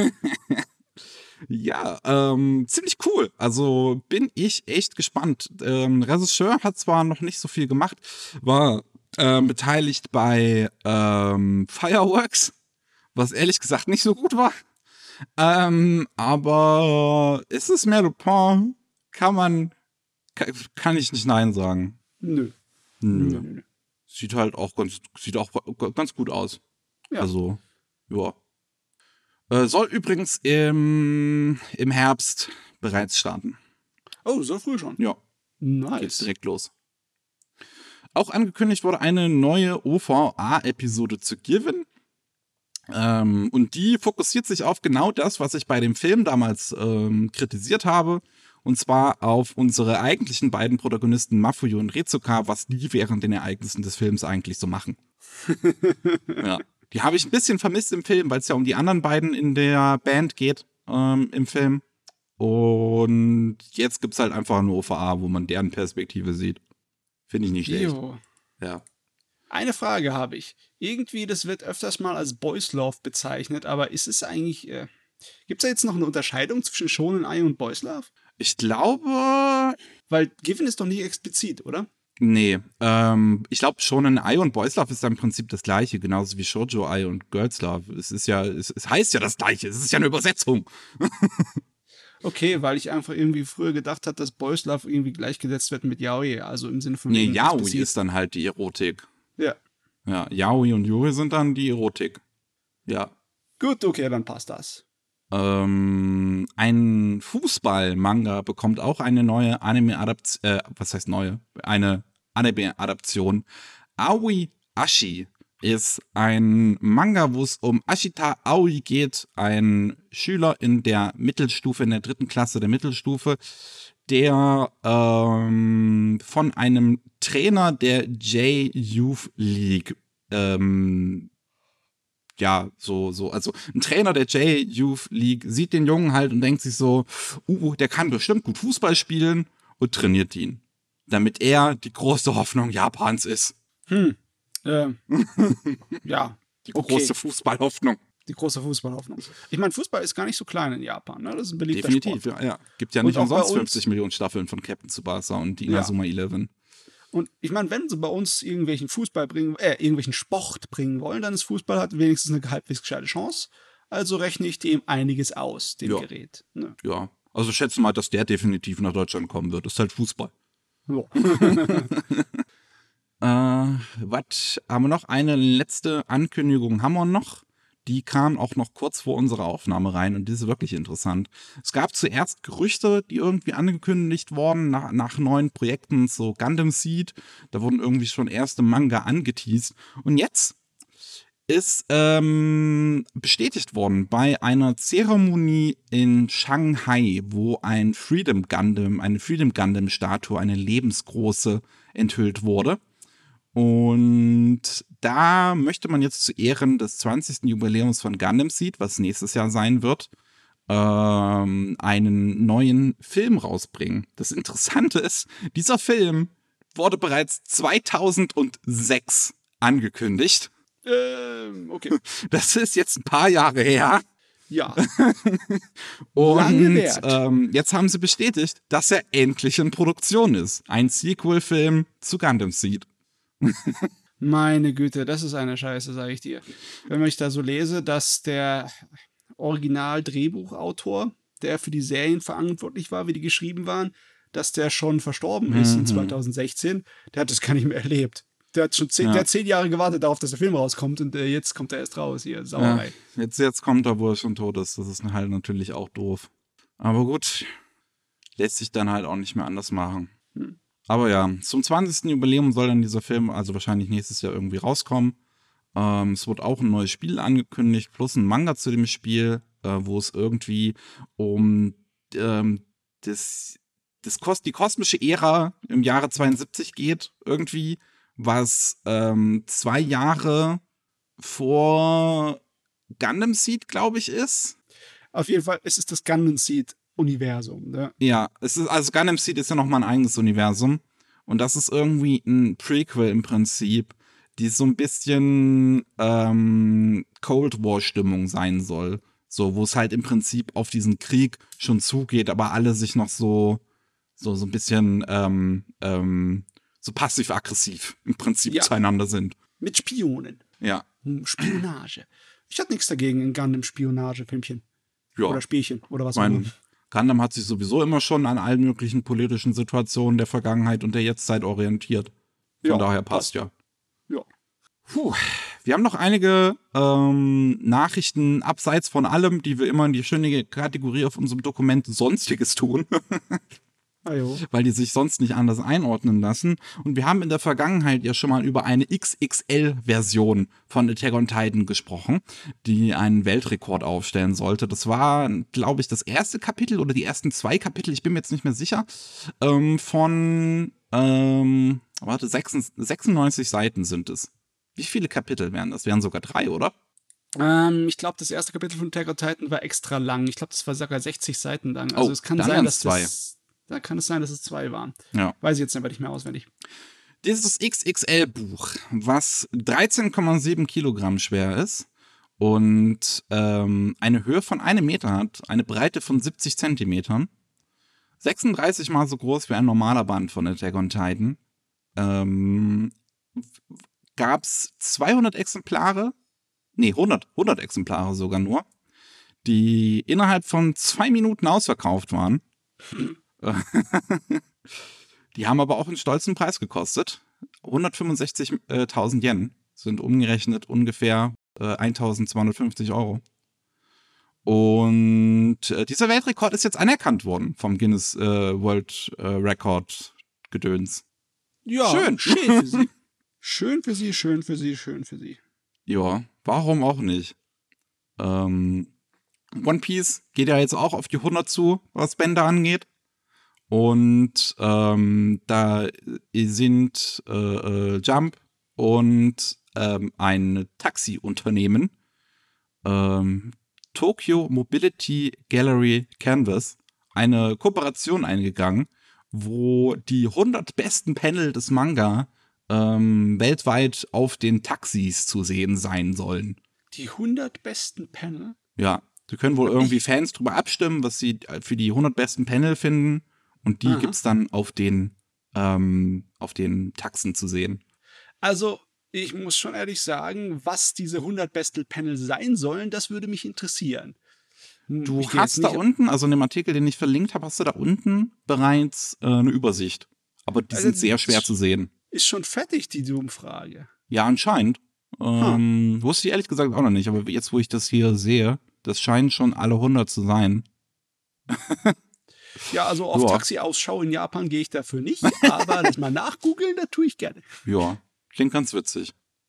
Ja, ähm, ziemlich cool. Also bin ich echt gespannt. Ähm, Regisseur hat zwar noch nicht so viel gemacht, war ähm, beteiligt bei ähm, Fireworks, was ehrlich gesagt nicht so gut war. Ähm, aber ist es mehr Lupin? Kann man, kann, kann ich nicht Nein sagen.
Nö.
Nö.
Nö, nö, nö.
Sieht halt auch ganz, sieht auch ganz gut aus.
Ja.
Also, ja. Äh, soll übrigens im, im Herbst bereits starten.
Oh, so früh schon.
Ja, geht's
Nice.
direkt los. Auch angekündigt wurde eine neue O V A-Episode zu Given. Ähm, und die fokussiert sich auf genau das, was ich bei dem Film damals ähm, kritisiert habe. Und zwar auf unsere eigentlichen beiden Protagonisten Mafuyu und Rezuka, was die während den Ereignissen des Films eigentlich so machen. Ja. Die habe ich ein bisschen vermisst im Film, weil es ja um die anderen beiden in der Band geht ähm, im Film. Und jetzt gibt's halt einfach eine O V A, wo man deren Perspektive sieht. Finde ich nicht schlecht.
Jo.
Ja.
Eine Frage habe ich. Irgendwie, das wird öfters mal als Boys Love bezeichnet, aber ist es eigentlich, äh, gibt es da jetzt noch eine Unterscheidung zwischen Shonen Ai und Boys Love?
Ich glaube,
Weil Given ist doch nicht explizit, oder?
nee. Ähm, ich glaube, Shonen Ai und Boys Love ist ja im Prinzip das Gleiche, genauso wie Shoujo Ai und Girls Love. Es ist ja, es, es heißt ja das Gleiche. Es ist ja eine Übersetzung.
Okay, weil ich einfach irgendwie früher gedacht habe, dass Boys Love irgendwie gleichgesetzt wird mit Yaoi, also im Sinne von
Nee,
wegen
Yaoi
explizit.
ist dann halt die Erotik.
Ja.
Ja, Yaoi und Yuri sind dann die Erotik. Ja.
Gut, okay, dann passt das.
Ähm, ein Fußball-Manga bekommt auch eine neue Anime-Adaption, äh, was heißt neue? Eine Anime-Adaption. Aoi Ashi ist ein Manga, wo es um Ashita Aoi geht, ein Schüler in der Mittelstufe, in der dritten Klasse der Mittelstufe, der ähm, von einem Trainer der J-Youth League ähm, ja, so, so, also ein Trainer der J-Youth League sieht den Jungen halt und denkt sich so, uh, der kann bestimmt gut Fußball spielen und trainiert ihn, damit er die große Hoffnung Japans ist.
Hm. Ähm. Ja.
Die
Okay.
große Fußballhoffnung.
Die große Fußballhoffnung. Ich meine, Fußball ist gar nicht so klein in Japan, ne? Das ist ein beliebter
Definitiv,
Sport.
ja, ja. Gibt ja
Und
nicht
auch bei
umsonst
uns-
fünfzig Millionen Staffeln von Captain Tsubasa und die
Ja.
Inazuma elf.
Und ich meine, wenn sie bei uns irgendwelchen Fußball bringen, äh, irgendwelchen Sport bringen wollen, dann ist Fußball hat wenigstens eine halbwegs gescheite Chance. Also rechne ich dem einiges aus, dem
Ja.
Gerät. Ne?
Ja, also schätze mal, dass der definitiv nach Deutschland kommen wird. Das ist halt Fußball.
Ja.
was haben wir noch? Eine letzte Ankündigung haben wir noch. Die kam auch noch kurz vor unserer Aufnahme rein und die ist wirklich interessant. Es gab zuerst Gerüchte, die irgendwie angekündigt wurden nach, nach neuen Projekten, so Gundam Seed. Da wurden irgendwie schon erste Manga angeteased. Und jetzt ist ähm, bestätigt worden bei einer Zeremonie in Shanghai, wo ein Freedom Gundam, eine Freedom Gundam Statue, eine lebensgroße, enthüllt wurde. Und da möchte man jetzt zu Ehren des zwanzigsten Jubiläums von Gundam Seed, was nächstes Jahr sein wird, ähm, einen neuen Film rausbringen. Das Interessante ist, dieser Film wurde bereits zweitausendsechs angekündigt.
Ähm, okay.
Das ist jetzt ein paar Jahre her.
Ja.
Und ähm, jetzt haben sie bestätigt, dass er endlich in Produktion ist. Ein Sequel-Film zu Gundam Seed.
Meine Güte, das ist eine Scheiße, sage ich dir. Wenn ich da so lese, dass der Original-Drehbuchautor, der für die Serien verantwortlich war, wie die geschrieben waren, dass der schon verstorben ist
Mhm.
in zweitausendsechzehn, der hat das gar nicht mehr erlebt. Der hat schon zehn,
Ja.
der hat zehn Jahre gewartet darauf, dass der Film rauskommt und äh, jetzt kommt er erst raus hier. Sauerei.
Ja, jetzt, jetzt kommt er, wo er schon tot ist. Das ist halt natürlich auch doof. Aber gut, lässt sich dann halt auch nicht mehr anders machen.
Hm.
Aber ja, zum zwanzigsten Jubiläum soll dann dieser Film also wahrscheinlich nächstes Jahr irgendwie rauskommen. Ähm, es wird auch ein neues Spiel angekündigt, plus ein Manga zu dem Spiel, äh, wo es irgendwie um ähm, das, das Kos die kosmische Ära im Jahre zweiundsiebzig geht, irgendwie, was ähm, zwei Jahre vor Gundam Seed, glaube ich, ist.
Auf jeden Fall, es ist das Gundam Seed-Universum. Ne?
Ja, es ist, also Gundam Seed ist ja noch mal ein eigenes Universum. Und das ist irgendwie ein Prequel im Prinzip, die so ein bisschen ähm, Cold War-Stimmung sein soll. So, wo es halt im Prinzip auf diesen Krieg schon zugeht, aber alle sich noch so, so, so ein bisschen ähm, ähm, so passiv-aggressiv im Prinzip
Ja.
zueinander sind.
Mit Spionen.
Ja.
Hm, Spionage. Ich hatte nichts dagegen in Gundam-Spionage-Filmchen.
Ja.
Oder Spielchen. Oder was
Ich
auch
meine,
immer.
Gundam hat sich sowieso immer schon an allen möglichen politischen Situationen der Vergangenheit und der Jetztzeit orientiert. Von
Ja,
daher passt ja.
Ja.
Puh. Wir haben noch einige ähm, Nachrichten abseits von allem, die wir immer in die schöne Kategorie auf unserem Dokument Sonstiges tun,
Ah, jo.
weil die sich sonst nicht anders einordnen lassen. Und wir haben in der Vergangenheit ja schon mal über eine X X L-Version von Attack on Titan gesprochen, die einen Weltrekord aufstellen sollte. Das war, glaube ich, das erste Kapitel oder die ersten zwei Kapitel, ich bin mir jetzt nicht mehr sicher, ähm, von, ähm, warte, sechsundneunzig Seiten sind es. Wie viele Kapitel wären das? Wären sogar drei, oder?
Ähm, ich glaube, das erste Kapitel von Attack on Titan war extra lang. Ich glaube, das war sogar sechzig Seiten lang. Also
Oh,
es kann
dann
sein,
waren's
dass das. Da kann es sein, dass es zwei waren.
Ja.
Weiß ich jetzt nicht mehr auswendig.
Dieses X X L-Buch, was dreizehn Komma sieben Kilogramm schwer ist und ähm, eine Höhe von einem Meter hat, eine Breite von siebzig Zentimetern, sechsunddreißig mal so groß wie ein normaler Band von Attack on Titan, ähm, gab es zweihundert Exemplare, nee, hundert, hundert Exemplare sogar nur, die innerhalb von zwei Minuten ausverkauft waren. Die haben aber auch einen stolzen Preis gekostet. hundertfünfundsechzigtausend Yen sind umgerechnet ungefähr äh, eintausendzweihundertfünfzig Euro. Und äh, dieser Weltrekord ist jetzt anerkannt worden vom Guinness äh, World äh, Record Gedöns.
Ja,
Schön.
schön für sie. Schön für sie, schön für sie, schön für sie.
Ja, warum auch nicht? Ähm, One Piece geht ja jetzt auch auf die hundert zu, was Bände angeht. Und ähm, da sind äh, äh, Jump und ähm, ein Taxiunternehmen, ähm, Tokyo Mobility Gallery Canvas, eine Kooperation eingegangen, wo die hundert besten Panel des Manga ähm, weltweit auf den Taxis zu sehen sein sollen.
Die hundert besten Panel?
Ja, da können wohl irgendwie Fans drüber abstimmen, was sie für die hundert besten Panel finden. Und die
Aha.
gibt's dann auf den, ähm, auf den Taxen zu sehen.
Also, ich muss schon ehrlich sagen, was diese hundert besten Panel sein sollen, das würde mich interessieren.
Du
Ich gehe
hast
jetzt
da
nicht-
unten, also in dem Artikel, den ich verlinkt habe, hast du da unten bereits äh, eine Übersicht. Aber die
Also,
sind sehr schwer zu sehen.
ist schon fertig, die Doom-Frage.
Ja, anscheinend. Ähm, wusste ich ehrlich gesagt auch noch nicht, aber jetzt, wo ich das hier sehe, das scheinen schon alle hundert zu sein.
Ja, also auf
Ja.
Taxi-Ausschau in Japan gehe ich dafür nicht, aber das mal nachgoogeln, das tue ich gerne.
Ja, klingt ganz witzig.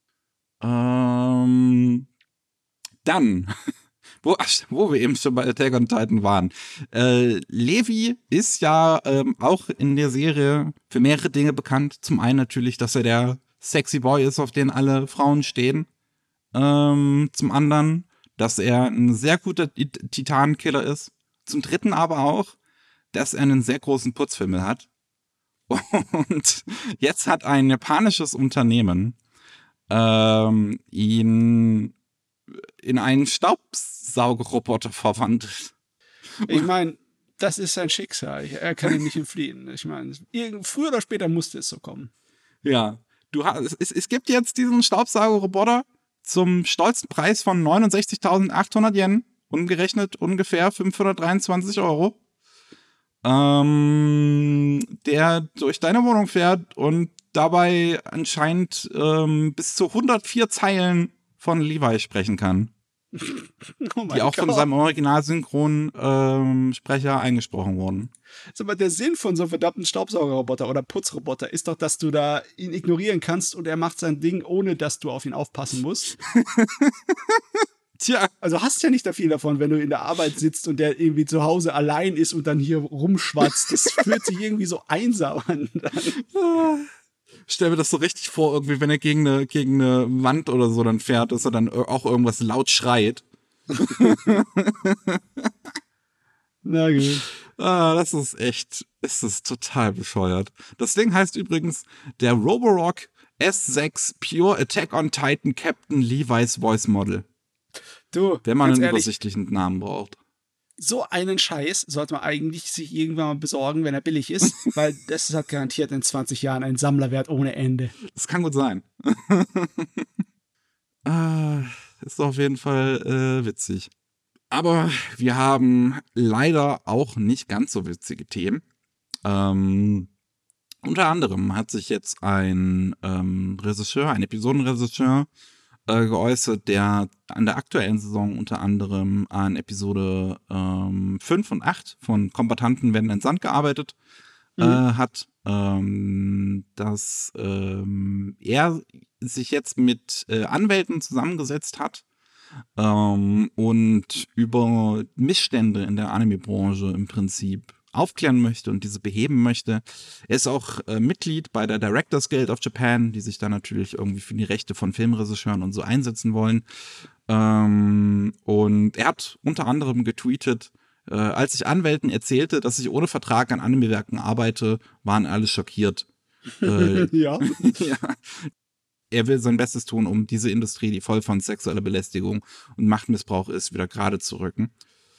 Ähm, dann, wo, ach, wo wir eben schon bei Attack on Titan waren. Äh, Levi ist ja ähm, auch in der Serie für mehrere Dinge bekannt. Zum einen natürlich, dass er der sexy Boy ist, auf den alle Frauen stehen. Ähm, zum anderen, dass er ein sehr guter Tit- Titanenkiller ist. Zum dritten aber auch, dass er einen sehr großen Putzfimmel hat. Und jetzt hat ein japanisches Unternehmen ähm, ihn in einen Staubsaugerroboter verwandelt.
Ich meine, das ist sein Schicksal. Er kann ihm nicht entfliehen. Ich meine, irgend- früher oder später musste es so kommen.
Ja, du hast, es, es gibt jetzt diesen Staubsaugerroboter zum stolzen Preis von neunundsechzigtausendachthundert Yen, umgerechnet ungefähr fünfhundertdreiundzwanzig Euro, ähm, der durch deine Wohnung fährt und dabei anscheinend ähm, bis zu hundertvier Zeilen von Levi sprechen kann,
Oh mein
die auch von
Gott.
seinem Originalsynchron ähm, Sprecher eingesprochen wurden.
Sag mal, der Sinn von so einem verdammten Staubsaugerroboter oder Putzroboter ist doch, dass du da ihn ignorieren kannst und er macht sein Ding, ohne dass du auf ihn aufpassen musst.
Tja,
Also hast ja nicht da viel davon, wenn du in der Arbeit sitzt und der irgendwie zu Hause allein ist und dann hier rumschwatzt. Das fühlt sich irgendwie so einsam an.
stell mir das so richtig vor, irgendwie, wenn er gegen eine, gegen eine Wand oder so dann fährt, dass er dann auch irgendwas laut schreit.
Na gut.
Ah, das ist echt, das ist total bescheuert. Das Ding heißt übrigens der Roborock S sechs Pure Attack on Titan Captain Levi's Voice Model.
Du,
Wenn man
ganz
einen
ehrlich,
übersichtlichen Namen braucht.
so einen Scheiß sollte man eigentlich sich irgendwann mal besorgen, wenn er billig ist, weil das hat garantiert in zwanzig Jahren einen Sammlerwert ohne Ende.
Das kann gut sein. ah, ist auf jeden Fall äh, witzig. Aber wir haben leider auch nicht ganz so witzige Themen. Ähm, unter anderem hat sich jetzt ein ähm, Regisseur, ein Episodenregisseur äh, geäußert, der an der aktuellen Saison unter anderem an Episode ähm, fünf und acht von Kombattanten werden in Sand gearbeitet äh,
Mhm.
hat, ähm, dass ähm, er sich jetzt mit äh, Anwälten zusammengesetzt hat ähm, und über Missstände in der Anime-Branche im Prinzip aufklären möchte und diese beheben möchte. Er ist auch äh, Mitglied bei der Directors Guild of Japan, die sich da natürlich irgendwie für die Rechte von Filmregisseuren und so einsetzen wollen. Ähm, und er hat unter anderem getweetet, äh, als ich Anwälten erzählte, dass ich ohne Vertrag an Anime-Werken arbeite, waren alle schockiert. äh,
Ja.
ja. Er will sein Bestes tun, um diese Industrie, die voll von sexueller Belästigung und Machtmissbrauch ist, wieder gerade zu rücken.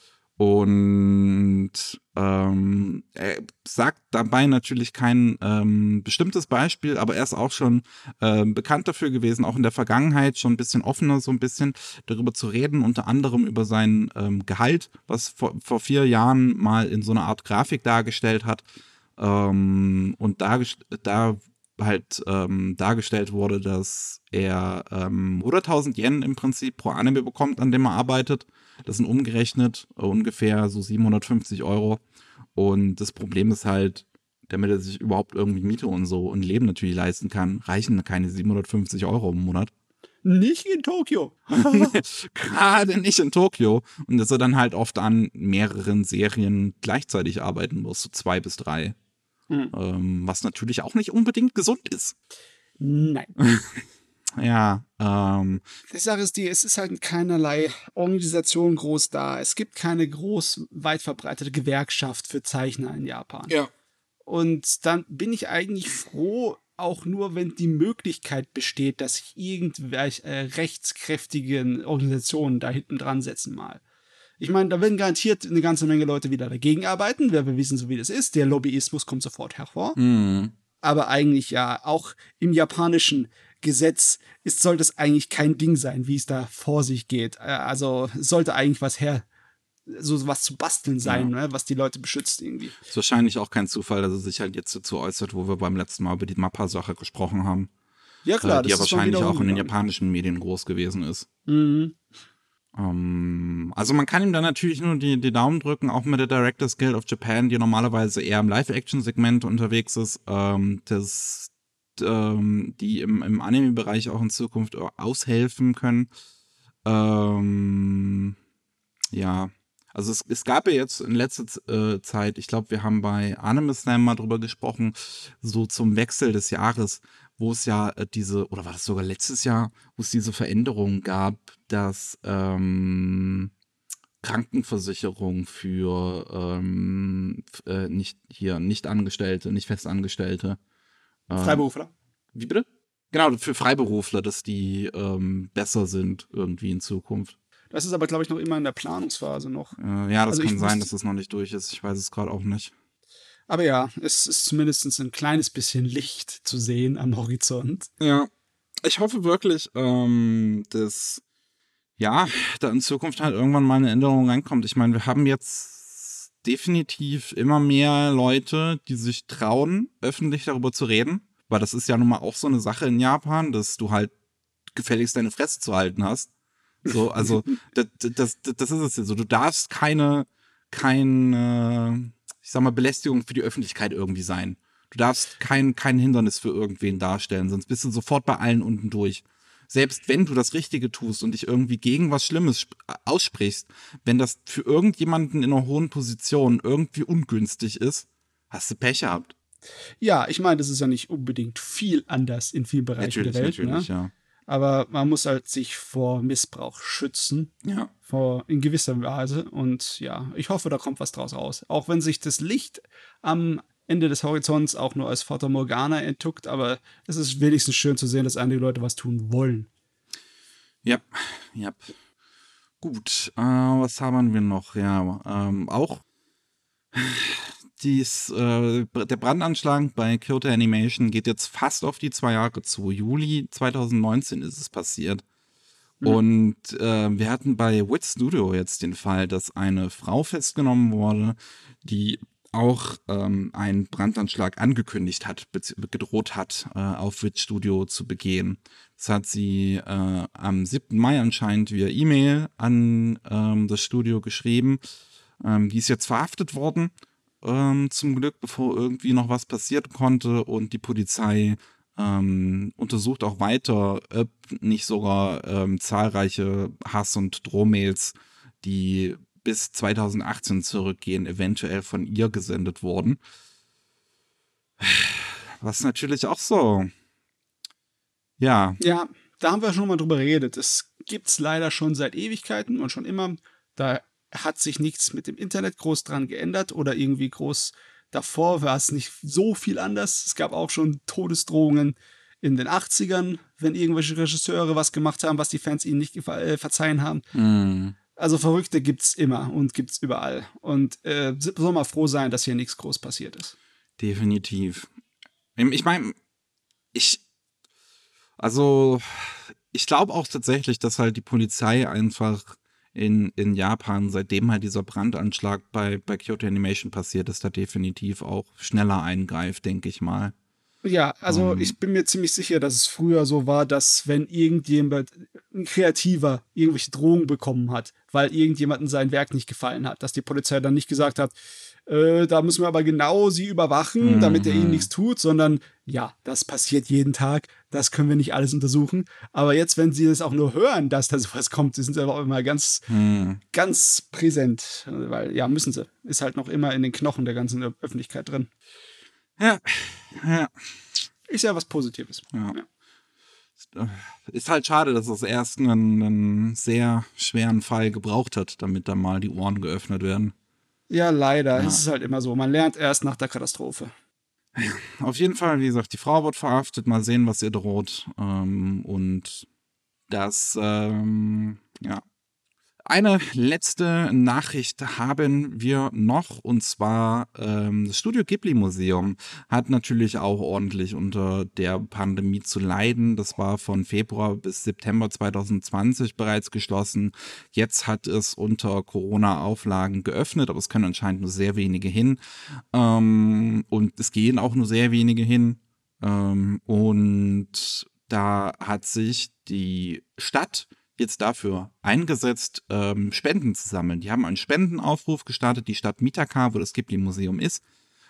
Und ähm, er sagt dabei natürlich kein ähm, bestimmtes Beispiel, aber er ist auch schon ähm, bekannt dafür gewesen, auch in der Vergangenheit schon ein bisschen offener, so ein bisschen darüber zu reden, unter anderem über sein ähm, Gehalt, was vor, vor vier Jahren mal in so einer Art Grafik dargestellt hat. Ähm, und da, da halt ähm, dargestellt wurde, dass er ähm, hunderttausend Yen im Prinzip pro Anime bekommt, an dem er arbeitet. Das sind umgerechnet äh, ungefähr so siebenhundertfünfzig Euro. Und das Problem ist halt, damit er sich überhaupt irgendwie Miete und so und Leben natürlich leisten kann, reichen keine siebenhundertfünfzig Euro im Monat.
Nicht in Tokio.
Gerade nicht in Tokio. Und dass er dann halt oft an mehreren Serien gleichzeitig arbeiten muss, so zwei bis drei.
Hm.
Ähm, was natürlich auch nicht unbedingt gesund ist.
Nein.
Ja, ähm.
Die Sache ist die, es ist halt keinerlei Organisation groß da. Es gibt keine groß weit verbreitete Gewerkschaft für Zeichner in Japan.
Ja.
Und dann bin ich eigentlich froh, auch nur, wenn die Möglichkeit besteht, dass sich irgendwelche äh, rechtskräftigen Organisationen da hinten dran setzen mal. Ich meine, da werden garantiert eine ganze Menge Leute wieder dagegen arbeiten, weil wir wissen, so wie das ist. Der Lobbyismus kommt sofort hervor.
Mhm.
Aber eigentlich ja, auch im japanischen Gesetz ist, sollte es eigentlich kein Ding sein, wie es da vor sich geht. Also sollte eigentlich was her so was zu basteln sein, ja. ne, was die Leute beschützt irgendwie.
Ist wahrscheinlich auch kein Zufall, dass er sich halt jetzt dazu äußert, wo wir beim letzten Mal über die Mappa-Sache gesprochen haben.
Ja klar,
äh, die
das
ja
ist
wahrscheinlich auch in den
gegangen.
japanischen Medien groß gewesen ist.
Mhm.
Um, also man kann ihm dann natürlich nur die, die Daumen drücken, auch mit der Directors Guild of Japan, die normalerweise eher im Live-Action-Segment unterwegs ist, ähm, das, ähm, die im, im Anime-Bereich auch in Zukunft aushelfen können. Ähm, ja, also es, es gab ja jetzt in letzter äh, Zeit, ich glaube, wir haben bei Anime Slam mal drüber gesprochen, so zum Wechsel des Jahres, wo es ja äh, diese, oder war das sogar letztes Jahr, wo es diese Veränderung gab, dass ähm, Krankenversicherung für ähm, f- äh, nicht hier, nicht Angestellte, nicht Festangestellte. Äh,
Freiberufler.
Wie bitte? Genau, für Freiberufler, dass die ähm, besser sind irgendwie in Zukunft.
Das ist aber, glaube ich, noch immer in der Planungsphase noch.
Äh, ja, das
Also
kann
ich
sein,
wusste,
dass es noch nicht durch ist. Ich weiß es gerade auch nicht.
aber ja, es ist zumindest ein kleines bisschen Licht zu sehen am Horizont.
Ja, ich hoffe wirklich, ähm, dass ja, da in Zukunft halt irgendwann mal eine Änderung reinkommt. Ich meine, wir haben jetzt definitiv immer mehr Leute, die sich trauen, öffentlich darüber zu reden. Weil das ist ja nun mal auch so eine Sache in Japan, dass du halt gefälligst deine Fresse zu halten hast. So, also das, das, das, das ist es ja so. Du darfst keine, keine, ich sag mal, Belästigung für die Öffentlichkeit irgendwie sein. Du darfst kein, kein Hindernis für irgendwen darstellen, sonst bist du sofort bei allen unten durch. Selbst wenn du das Richtige tust und dich irgendwie gegen was Schlimmes sp- aussprichst, wenn das für irgendjemanden in einer hohen Position irgendwie ungünstig ist, hast du Pech gehabt.
Ja, ich meine, das ist ja nicht unbedingt viel anders in vielen Bereichen
Natürlich,
der Welt,
natürlich,
ne?
ja.
Aber man muss halt sich vor Missbrauch schützen.
Ja.
Vor, in gewisser Weise. Und ja, ich hoffe, da kommt was draus raus. Auch wenn sich das Licht am Ende des Horizonts auch nur als Fata Morgana enttuckt, aber es ist wenigstens schön zu sehen, dass einige Leute was tun wollen.
Ja, ja. Gut, äh, was haben wir noch? Ja, ähm, auch dies, äh, der Brandanschlag bei Kyoto Animation geht jetzt fast auf die zwei Jahre zu. Juli zwanzig neunzehn ist es passiert.
Mhm.
Und äh, wir hatten bei Wit Studio jetzt den Fall, dass eine Frau festgenommen wurde, die auch ähm, einen Brandanschlag angekündigt hat, bezieh- gedroht hat, äh, auf Wit Studio zu begehen. Das hat sie äh, am siebten Mai anscheinend via E-Mail an ähm, das Studio geschrieben. Ähm, die ist jetzt verhaftet worden, ähm, zum Glück, bevor irgendwie noch was passieren konnte, und die Polizei ähm, untersucht auch weiter, ob nicht sogar ähm, zahlreiche Hass- und Drohmails, die bis zwanzig achtzehn zurückgehen, eventuell von ihr gesendet wurden. Was natürlich auch so, ja,
Ja, da haben wir schon mal drüber geredet. Es gibt's leider schon seit Ewigkeiten und schon immer. Da hat sich nichts mit dem Internet groß dran geändert oder irgendwie groß davor war es nicht so viel anders. Es gab auch schon Todesdrohungen in den achtzigern, wenn irgendwelche Regisseure was gemacht haben, was die Fans ihnen nicht gefa- äh, verzeihen haben.
mh,
Also Verrückte gibt's immer und gibt's überall. Und äh, soll mal froh sein, dass hier nichts groß passiert ist.
definitiv. Ich meine, ich, also, ich glaube auch tatsächlich, dass halt die Polizei einfach in, in Japan, seitdem halt dieser Brandanschlag bei, bei Kyoto Animation passiert ist, da definitiv auch schneller eingreift, denke ich mal.
Ja, also
Ähm,
ich bin mir ziemlich sicher, dass es früher so war, dass wenn irgendjemand, ein Kreativer, irgendwelche Drohungen bekommen hat, weil irgendjemandem sein Werk nicht gefallen hat, dass die Polizei dann nicht gesagt hat, äh, da müssen wir aber genau sie überwachen, damit er ihnen
mhm.
nichts tut, sondern ja, das passiert jeden Tag, das können wir nicht alles untersuchen. Aber jetzt, wenn sie es auch nur hören, dass da sowas kommt, sind sie aber auch immer ganz,
Hm.
ganz präsent, weil ja, müssen sie. Ist halt noch immer in den Knochen der ganzen Öffentlichkeit drin.
Ja, ja,
Ist ja was Positives.
ja.
Ja.
Ist halt schade, dass es erst einen, einen sehr schweren Fall gebraucht hat, damit da mal die Ohren geöffnet werden.
Ja, leider.
Ja.
Es ist halt immer so. Man lernt erst nach der Katastrophe.
Auf jeden Fall, wie gesagt, die Frau wird verhaftet, mal sehen, was ihr droht. Ähm, und das, ähm, ja. Eine letzte Nachricht haben wir noch, und zwar ähm, das Studio Ghibli Museum hat natürlich auch ordentlich unter der Pandemie zu leiden. Das war von Februar bis September zwanzig zwanzig bereits geschlossen. Jetzt hat es unter Corona-Auflagen geöffnet, aber es können anscheinend nur sehr wenige hin. Ähm, und es gehen auch nur sehr wenige hin. Ähm, und da hat sich die Stadt jetzt dafür eingesetzt, ähm, Spenden zu sammeln. Die haben einen Spendenaufruf gestartet, die Stadt Mitaka, wo das Ghibli-Museum ist.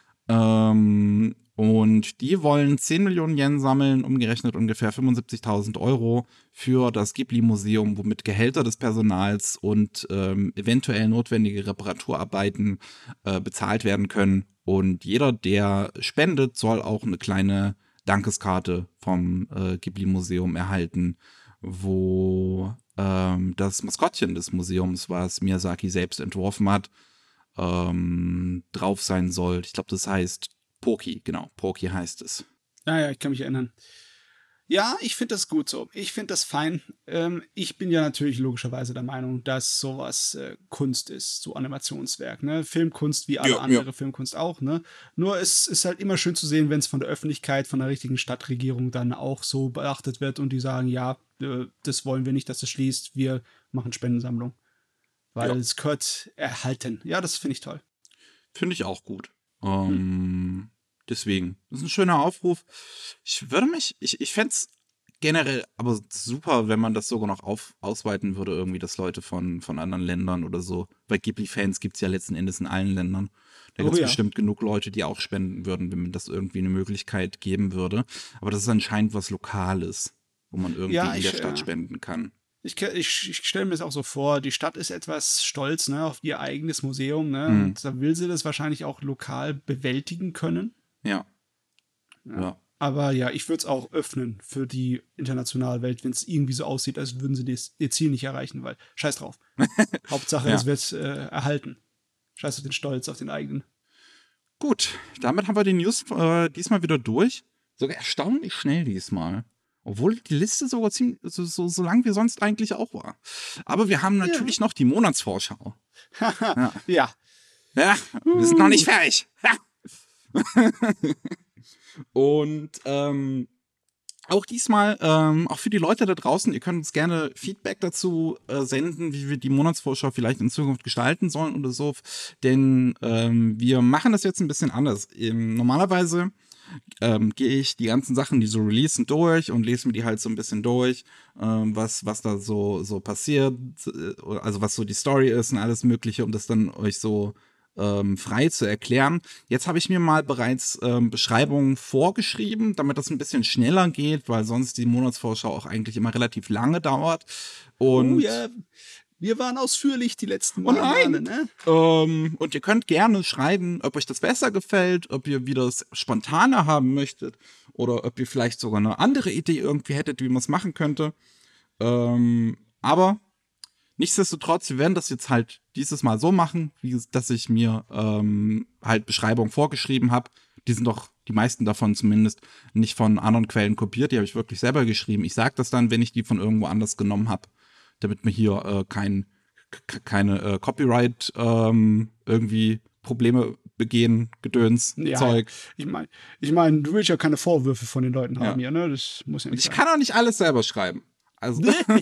Ähm, und die wollen zehn Millionen Yen sammeln, umgerechnet ungefähr fünfundsiebzigtausend Euro für das Ghibli-Museum, womit Gehälter des Personals und ähm, eventuell notwendige Reparaturarbeiten äh, bezahlt werden können. Und jeder, der spendet, soll auch eine kleine Dankeskarte vom äh, Ghibli-Museum erhalten, wo ähm, das Maskottchen des Museums, was Miyazaki selbst entworfen hat, ähm, drauf sein soll. Ich glaube, das heißt Poki, genau, Poki heißt es.
Ja, ja, ich kann mich erinnern. Ja, ich finde das gut so. Ich finde das fein. Ähm, ich bin ja natürlich logischerweise der Meinung, dass sowas äh, Kunst ist, so Animationswerk. Ne? Filmkunst wie alle
Ja,
andere
ja.
Filmkunst auch. Ne? Nur es ist halt immer schön zu sehen, wenn es von der Öffentlichkeit, von der richtigen Stadtregierung dann auch so beachtet wird und die sagen, ja, äh, das wollen wir nicht, dass es schließt. Wir machen Spendensammlung. Weil
Ja.
es gehört erhalten. Ja, das finde ich toll.
Finde ich auch gut. Ähm, hm. Deswegen, das ist ein schöner Aufruf. Ich würde mich, ich, ich fände es generell aber super, wenn man das sogar noch auf, ausweiten würde, irgendwie, dass Leute von, von anderen Ländern oder so. Weil Ghibli-Fans gibt es ja letzten Endes in allen Ländern. Da gibt es
Oh ja.
bestimmt genug Leute, die auch spenden würden, wenn man das irgendwie eine Möglichkeit geben würde. Aber das ist anscheinend was Lokales, wo man irgendwie
Ja,
in der
ich,
Stadt
äh,
spenden kann.
Ich, ke- ich, ich stelle mir das auch so vor, die Stadt ist etwas stolz, ne, auf ihr eigenes Museum, ne,
Mhm.
und da will sie das wahrscheinlich auch lokal bewältigen können.
Ja.
Ja.
Ja.
Aber ja, ich würde es auch öffnen für die internationale Welt, wenn es irgendwie so aussieht, als würden sie das, ihr Ziel nicht erreichen, weil scheiß drauf. Hauptsache,
Ja.
es wird äh, erhalten. Scheiß auf den Stolz, auf den eigenen.
Gut, damit haben wir die News äh, diesmal wieder durch. Sogar erstaunlich schnell diesmal. Obwohl die Liste sogar ziemlich, so, so, so lang wie sonst eigentlich auch war. Aber wir haben natürlich noch die Monatsvorschau.
ja. ja.
Ja, wir sind noch nicht fertig. Und ähm, auch diesmal, ähm, auch für die Leute da draußen, ihr könnt uns gerne Feedback dazu äh, senden, wie wir die Monatsvorschau vielleicht in Zukunft gestalten sollen oder so. Denn ähm, wir machen das jetzt ein bisschen anders. Ähm, normalerweise ähm, gehe ich die ganzen Sachen, die so releasen, durch und lese mir die halt so ein bisschen durch, ähm, was, was da so, so passiert, äh, also was so die Story ist und alles Mögliche, um das dann euch so ähm, frei zu erklären. Jetzt habe ich mir mal bereits ähm, Beschreibungen vorgeschrieben, damit das ein bisschen schneller geht, weil sonst die Monatsvorschau auch eigentlich immer relativ lange dauert. Und
Oh ja, wir waren ausführlich die letzten
Oh nein!
Male, ne?
Ähm, und ihr könnt gerne schreiben, ob euch das besser gefällt, ob ihr wieder das Spontane haben möchtet oder ob ihr vielleicht sogar eine andere Idee irgendwie hättet, wie man es machen könnte. Ähm, aber nichtsdestotrotz, wir werden das jetzt halt dieses Mal so machen, wie dass ich mir ähm, halt Beschreibungen vorgeschrieben habe. Die sind doch, die meisten davon zumindest, nicht von anderen Quellen kopiert. Die habe ich wirklich selber geschrieben. Ich sage das dann, wenn ich die von irgendwo anders genommen habe, damit mir hier äh, kein, k- keine äh, Copyright ähm, irgendwie Probleme begehen, Gedöns,
Ja,
Zeug.
Ich meine, ich mein, du willst ja keine Vorwürfe von den Leuten
Ja.
haben hier, ne? Das muss ja
Und
nicht
ich kann auch nicht alles selber schreiben. Also,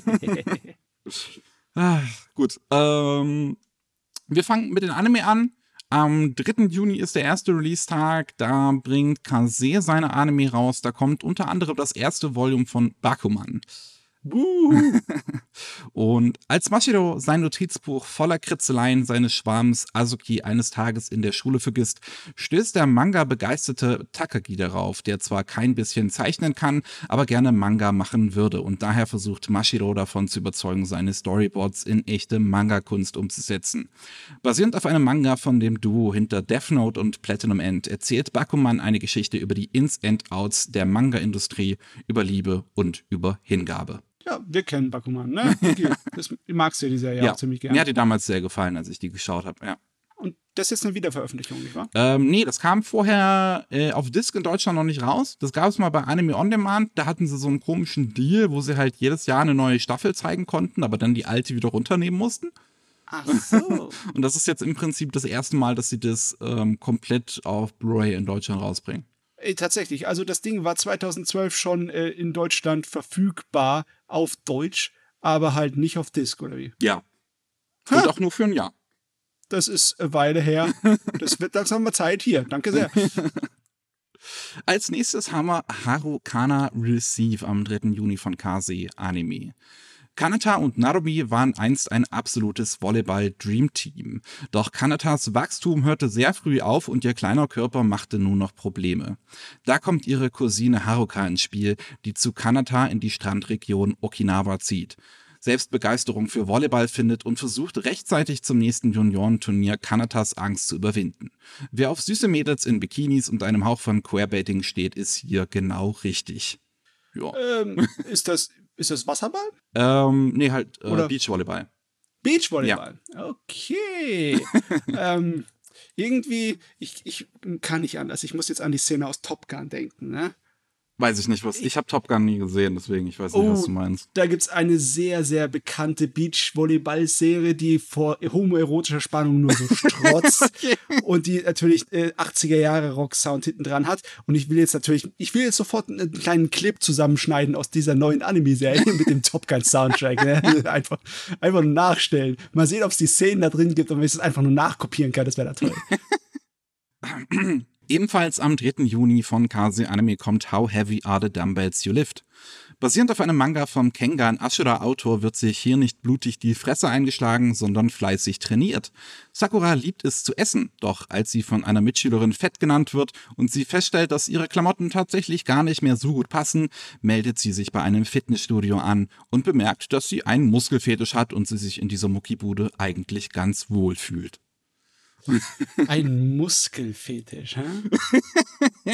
ah, gut. Ähm, wir fangen mit den Anime an. Am dritten Juni ist der erste Release-Tag. Da bringt Kase seine Anime raus. Da kommt unter anderem das erste Volume von Bakuman.
Buh.
Und als Mashiro sein Notizbuch voller Kritzeleien seines Schwarms Azuki eines Tages in der Schule vergisst, stößt der Manga-begeisterte Takagi darauf, der zwar kein bisschen zeichnen kann, aber gerne Manga machen würde und daher versucht Mashiro davon zu überzeugen, seine Storyboards in echte Manga-Kunst umzusetzen. Basierend auf einem Manga von dem Duo hinter Death Note und Platinum End erzählt Bakuman eine Geschichte über die Ins and Outs der Manga-Industrie, über Liebe und über Hingabe.
Ja, wir kennen Bakuman, ne? Vicky, das magst du ja die Serie
Ja,
auch ziemlich
mir
gerne.
hat die damals sehr gefallen, als ich die geschaut habe, ja.
Und das ist jetzt eine Wiederveröffentlichung, nicht wahr?
Ähm, nee, das kam vorher äh, auf Disc in Deutschland noch nicht raus. Das gab es mal bei Anime On Demand. Da hatten sie so einen komischen Deal, wo sie halt jedes Jahr eine neue Staffel zeigen konnten, aber dann die alte wieder runternehmen mussten.
Ach so.
Und das ist jetzt im Prinzip das erste Mal, dass sie das ähm, komplett auf Blu-ray in Deutschland rausbringen.
Äh, tatsächlich, also das Ding war zweitausendzwölf schon äh, in Deutschland verfügbar auf Deutsch, aber halt nicht auf Disc, oder wie?
Ja. Und ha. auch nur für ein Jahr.
Das ist eine Weile her. Das wird langsam mal Zeit hier. Danke sehr.
Als nächstes haben wir Harukana Receive am dritten Juni von Kase Anime. Kanata und Narubi waren einst ein absolutes Volleyball-Dream-Team. Doch Kanatas Wachstum hörte sehr früh auf und ihr kleiner Körper machte nun noch Probleme. Da kommt ihre Cousine Haruka ins Spiel, die zu Kanata in die Strandregion Okinawa zieht. Selbst Begeisterung für Volleyball findet und versucht rechtzeitig zum nächsten Juniorenturnier Kanatas Angst zu überwinden. Wer auf süße Mädels in Bikinis und einem Hauch von Queerbaiting steht, ist hier genau richtig. Ja.
Ähm, ist das... Ist das Wasserball?
Ähm, nee, halt äh, Beachvolleyball.
Beachvolleyball? Ja. Okay. ähm, irgendwie, ich, ich kann nicht anders. Ich muss jetzt an die Szene aus Top Gun denken, ne?
Weiß ich nicht, was. Ich habe Top Gun nie gesehen, deswegen ich weiß nicht,
oh,
was du meinst.
Da gibt's eine sehr, sehr bekannte Beachvolleyball-Serie, die vor homoerotischer Spannung nur so strotzt okay. und die natürlich äh, achtziger Jahre Rock-Sound hinten dran hat. Und ich will jetzt natürlich, ich will jetzt sofort einen kleinen Clip zusammenschneiden aus dieser neuen Anime-Serie mit dem Top Gun-Soundtrack. Ne? einfach, einfach nur nachstellen. Mal sehen, ob es die Szenen da drin gibt und wenn ich es einfach nur nachkopieren kann, das wäre da toll.
Ebenfalls am dritten Juni von Kase Anime kommt How Heavy Are the Dumbbells You Lift. Basierend auf einem Manga vom Kengan Ashura-Autor wird sich hier nicht blutig die Fresse eingeschlagen, sondern fleißig trainiert. Sakura liebt es zu essen, doch als sie von einer Mitschülerin fett genannt wird und sie feststellt, dass ihre Klamotten tatsächlich gar nicht mehr so gut passen, meldet sie sich bei einem Fitnessstudio an und bemerkt, dass sie einen Muskelfetisch hat und sie sich in dieser Muckibude eigentlich ganz wohl fühlt.
Ein Muskelfetisch, hä?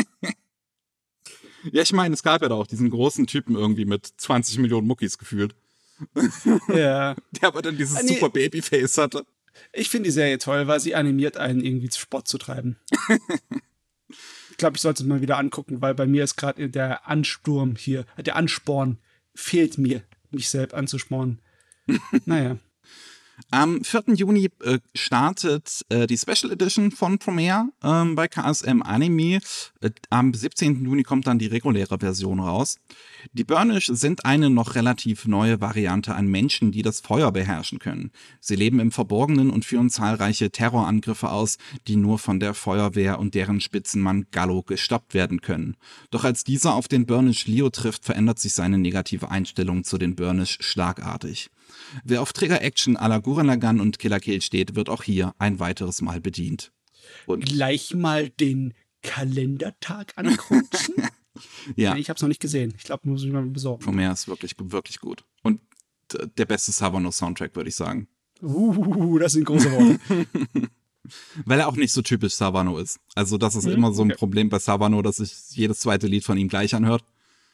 Ja, ich meine, es gab ja da auch diesen großen Typen irgendwie mit zwanzig Millionen Muckis gefühlt.
Ja.
Der aber dann dieses
nee.
super Babyface hatte.
Ich finde die Serie toll, weil sie animiert einen irgendwie zu Sport zu treiben. Ich glaube, ich sollte es mal wieder angucken, weil bei mir ist gerade der Ansturm hier, der Ansporn fehlt mir, mich selbst anzuspornen. Naja.
Am vierten Juni äh, startet äh, die Special Edition von Promare ähm, bei K S M Anime. Äh, am siebzehnten Juni kommt dann die reguläre Version raus. Die Burnish sind eine noch relativ neue Variante an Menschen, die das Feuer beherrschen können. Sie leben im Verborgenen und führen zahlreiche Terrorangriffe aus, die nur von der Feuerwehr und deren Spitzenmann Gallo gestoppt werden können. Doch als dieser auf den Burnish Leo trifft, verändert sich seine negative Einstellung zu den Burnish schlagartig. Wer auf Trigger-Action à la Gurren Lagann und Killer Kill steht, wird auch hier ein weiteres Mal bedient. Und
gleich mal den Kalendertag ankreuzen?
Ja.
Nee, ich hab's noch nicht gesehen. Ich glaube, muss ich mal besorgen.
Promare ist wirklich, wirklich gut. Und der beste Savano-Soundtrack, würde ich sagen.
Uh, das sind große Worte.
Weil er auch nicht so typisch Savano ist. Also das ist
hm,
immer so ein
okay.
Problem bei Savano, dass sich jedes zweite Lied von ihm gleich anhört.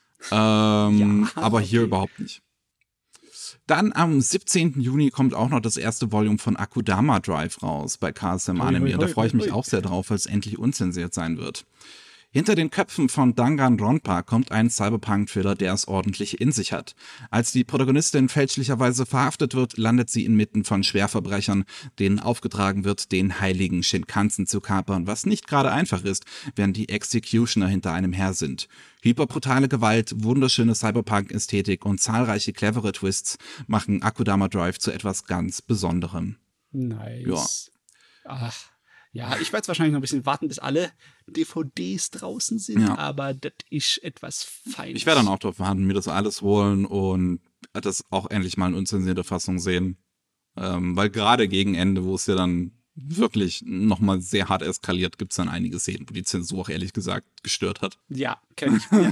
Ähm,
ja,
aber hier
okay.
überhaupt nicht. Dann am siebzehnten Juni kommt auch noch das erste Volume von Akudama Drive raus bei K S M Anime. Da freue ich mich auch sehr drauf, weil es endlich unzensiert sein wird. Hinter den Köpfen von Danganronpa kommt ein Cyberpunk-Thriller, der es ordentlich in sich hat. Als die Protagonistin fälschlicherweise verhaftet wird, landet sie inmitten von Schwerverbrechern, denen aufgetragen wird, den heiligen Shinkansen zu kapern, was nicht gerade einfach ist, während die Executioner hinter einem her sind. Hyperbrutale Gewalt, wunderschöne Cyberpunk-Ästhetik und zahlreiche clevere Twists machen Akudama Drive zu etwas ganz Besonderem.
Nice. Ja. Ach. Ja, ich werde es wahrscheinlich noch ein bisschen warten, bis alle D V Ds draußen sind, ja. aber das ist etwas Feines.
Ich werde dann auch darauf warten, mir das alles holen und das auch endlich mal in unzensierte Fassung sehen. Ähm, weil gerade gegen Ende, wo es ja dann wirklich nochmal sehr hart eskaliert, gibt es dann einige Szenen, wo die Zensur auch ehrlich gesagt gestört hat.
Ja, kenn ich. Ja.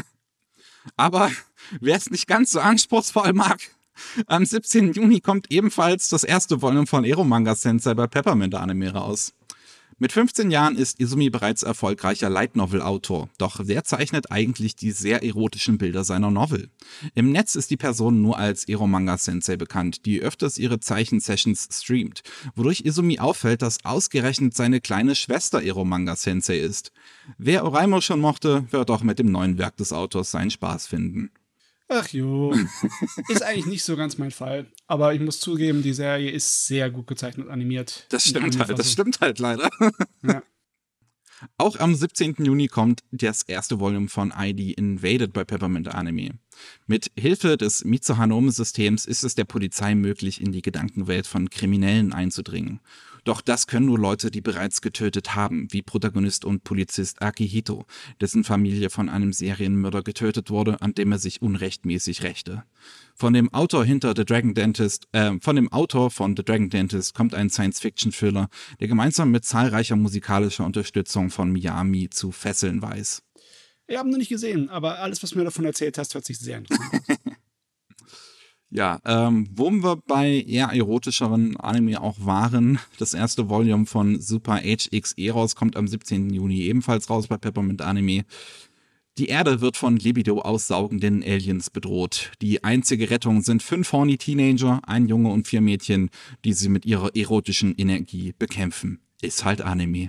Aber wer es nicht ganz so anspruchsvoll mag, am siebzehnten Juni kommt ebenfalls das erste Volume von Eromanga Sensei bei Peppermint Anime raus. Mit fünfzehn Jahren ist Izumi bereits erfolgreicher Light Novel Autor, doch wer zeichnet eigentlich die sehr erotischen Bilder seiner Novel? Im Netz ist die Person nur als Eromanga Sensei bekannt, die öfters ihre Zeichensessions streamt, wodurch Izumi auffällt, dass ausgerechnet seine kleine Schwester Eromanga Sensei ist. Wer Oraimo schon mochte, wird auch mit dem neuen Werk des Autors seinen Spaß finden.
Ach jo, ist eigentlich nicht so ganz mein Fall. Aber ich muss zugeben, die Serie ist sehr gut gezeichnet und animiert.
Das stimmt halt, das stimmt halt leider.
Ja.
Auch am siebzehnten Juni kommt das erste Volume von I D Invaded bei Peppermint Anime. Mit Hilfe des Mitsuhanome-Systems ist es der Polizei möglich, in die Gedankenwelt von Kriminellen einzudringen. Doch das können nur Leute, die bereits getötet haben, wie Protagonist und Polizist Akihito, dessen Familie von einem Serienmörder getötet wurde, an dem er sich unrechtmäßig rächte. Von dem Autor hinter The Dragon Dentist, äh, von dem Autor von The Dragon Dentist kommt ein Science-Fiction-Thriller, der gemeinsam mit zahlreicher musikalischer Unterstützung von Miami zu fesseln weiß.
Ich habe noch nicht gesehen, aber alles, was du mir davon erzählt hast, hört sich sehr interessant an.
Ja, ähm, wo wir bei eher erotischeren Anime auch waren, das erste Volume von Super H X E rauskommt am siebzehnten Juni ebenfalls raus bei Peppermint Anime. Die Erde wird von Libido aussaugenden Aliens bedroht. Die einzige Rettung sind fünf horny Teenager, ein Junge und vier Mädchen, die sie mit ihrer erotischen Energie bekämpfen. Ist halt Anime.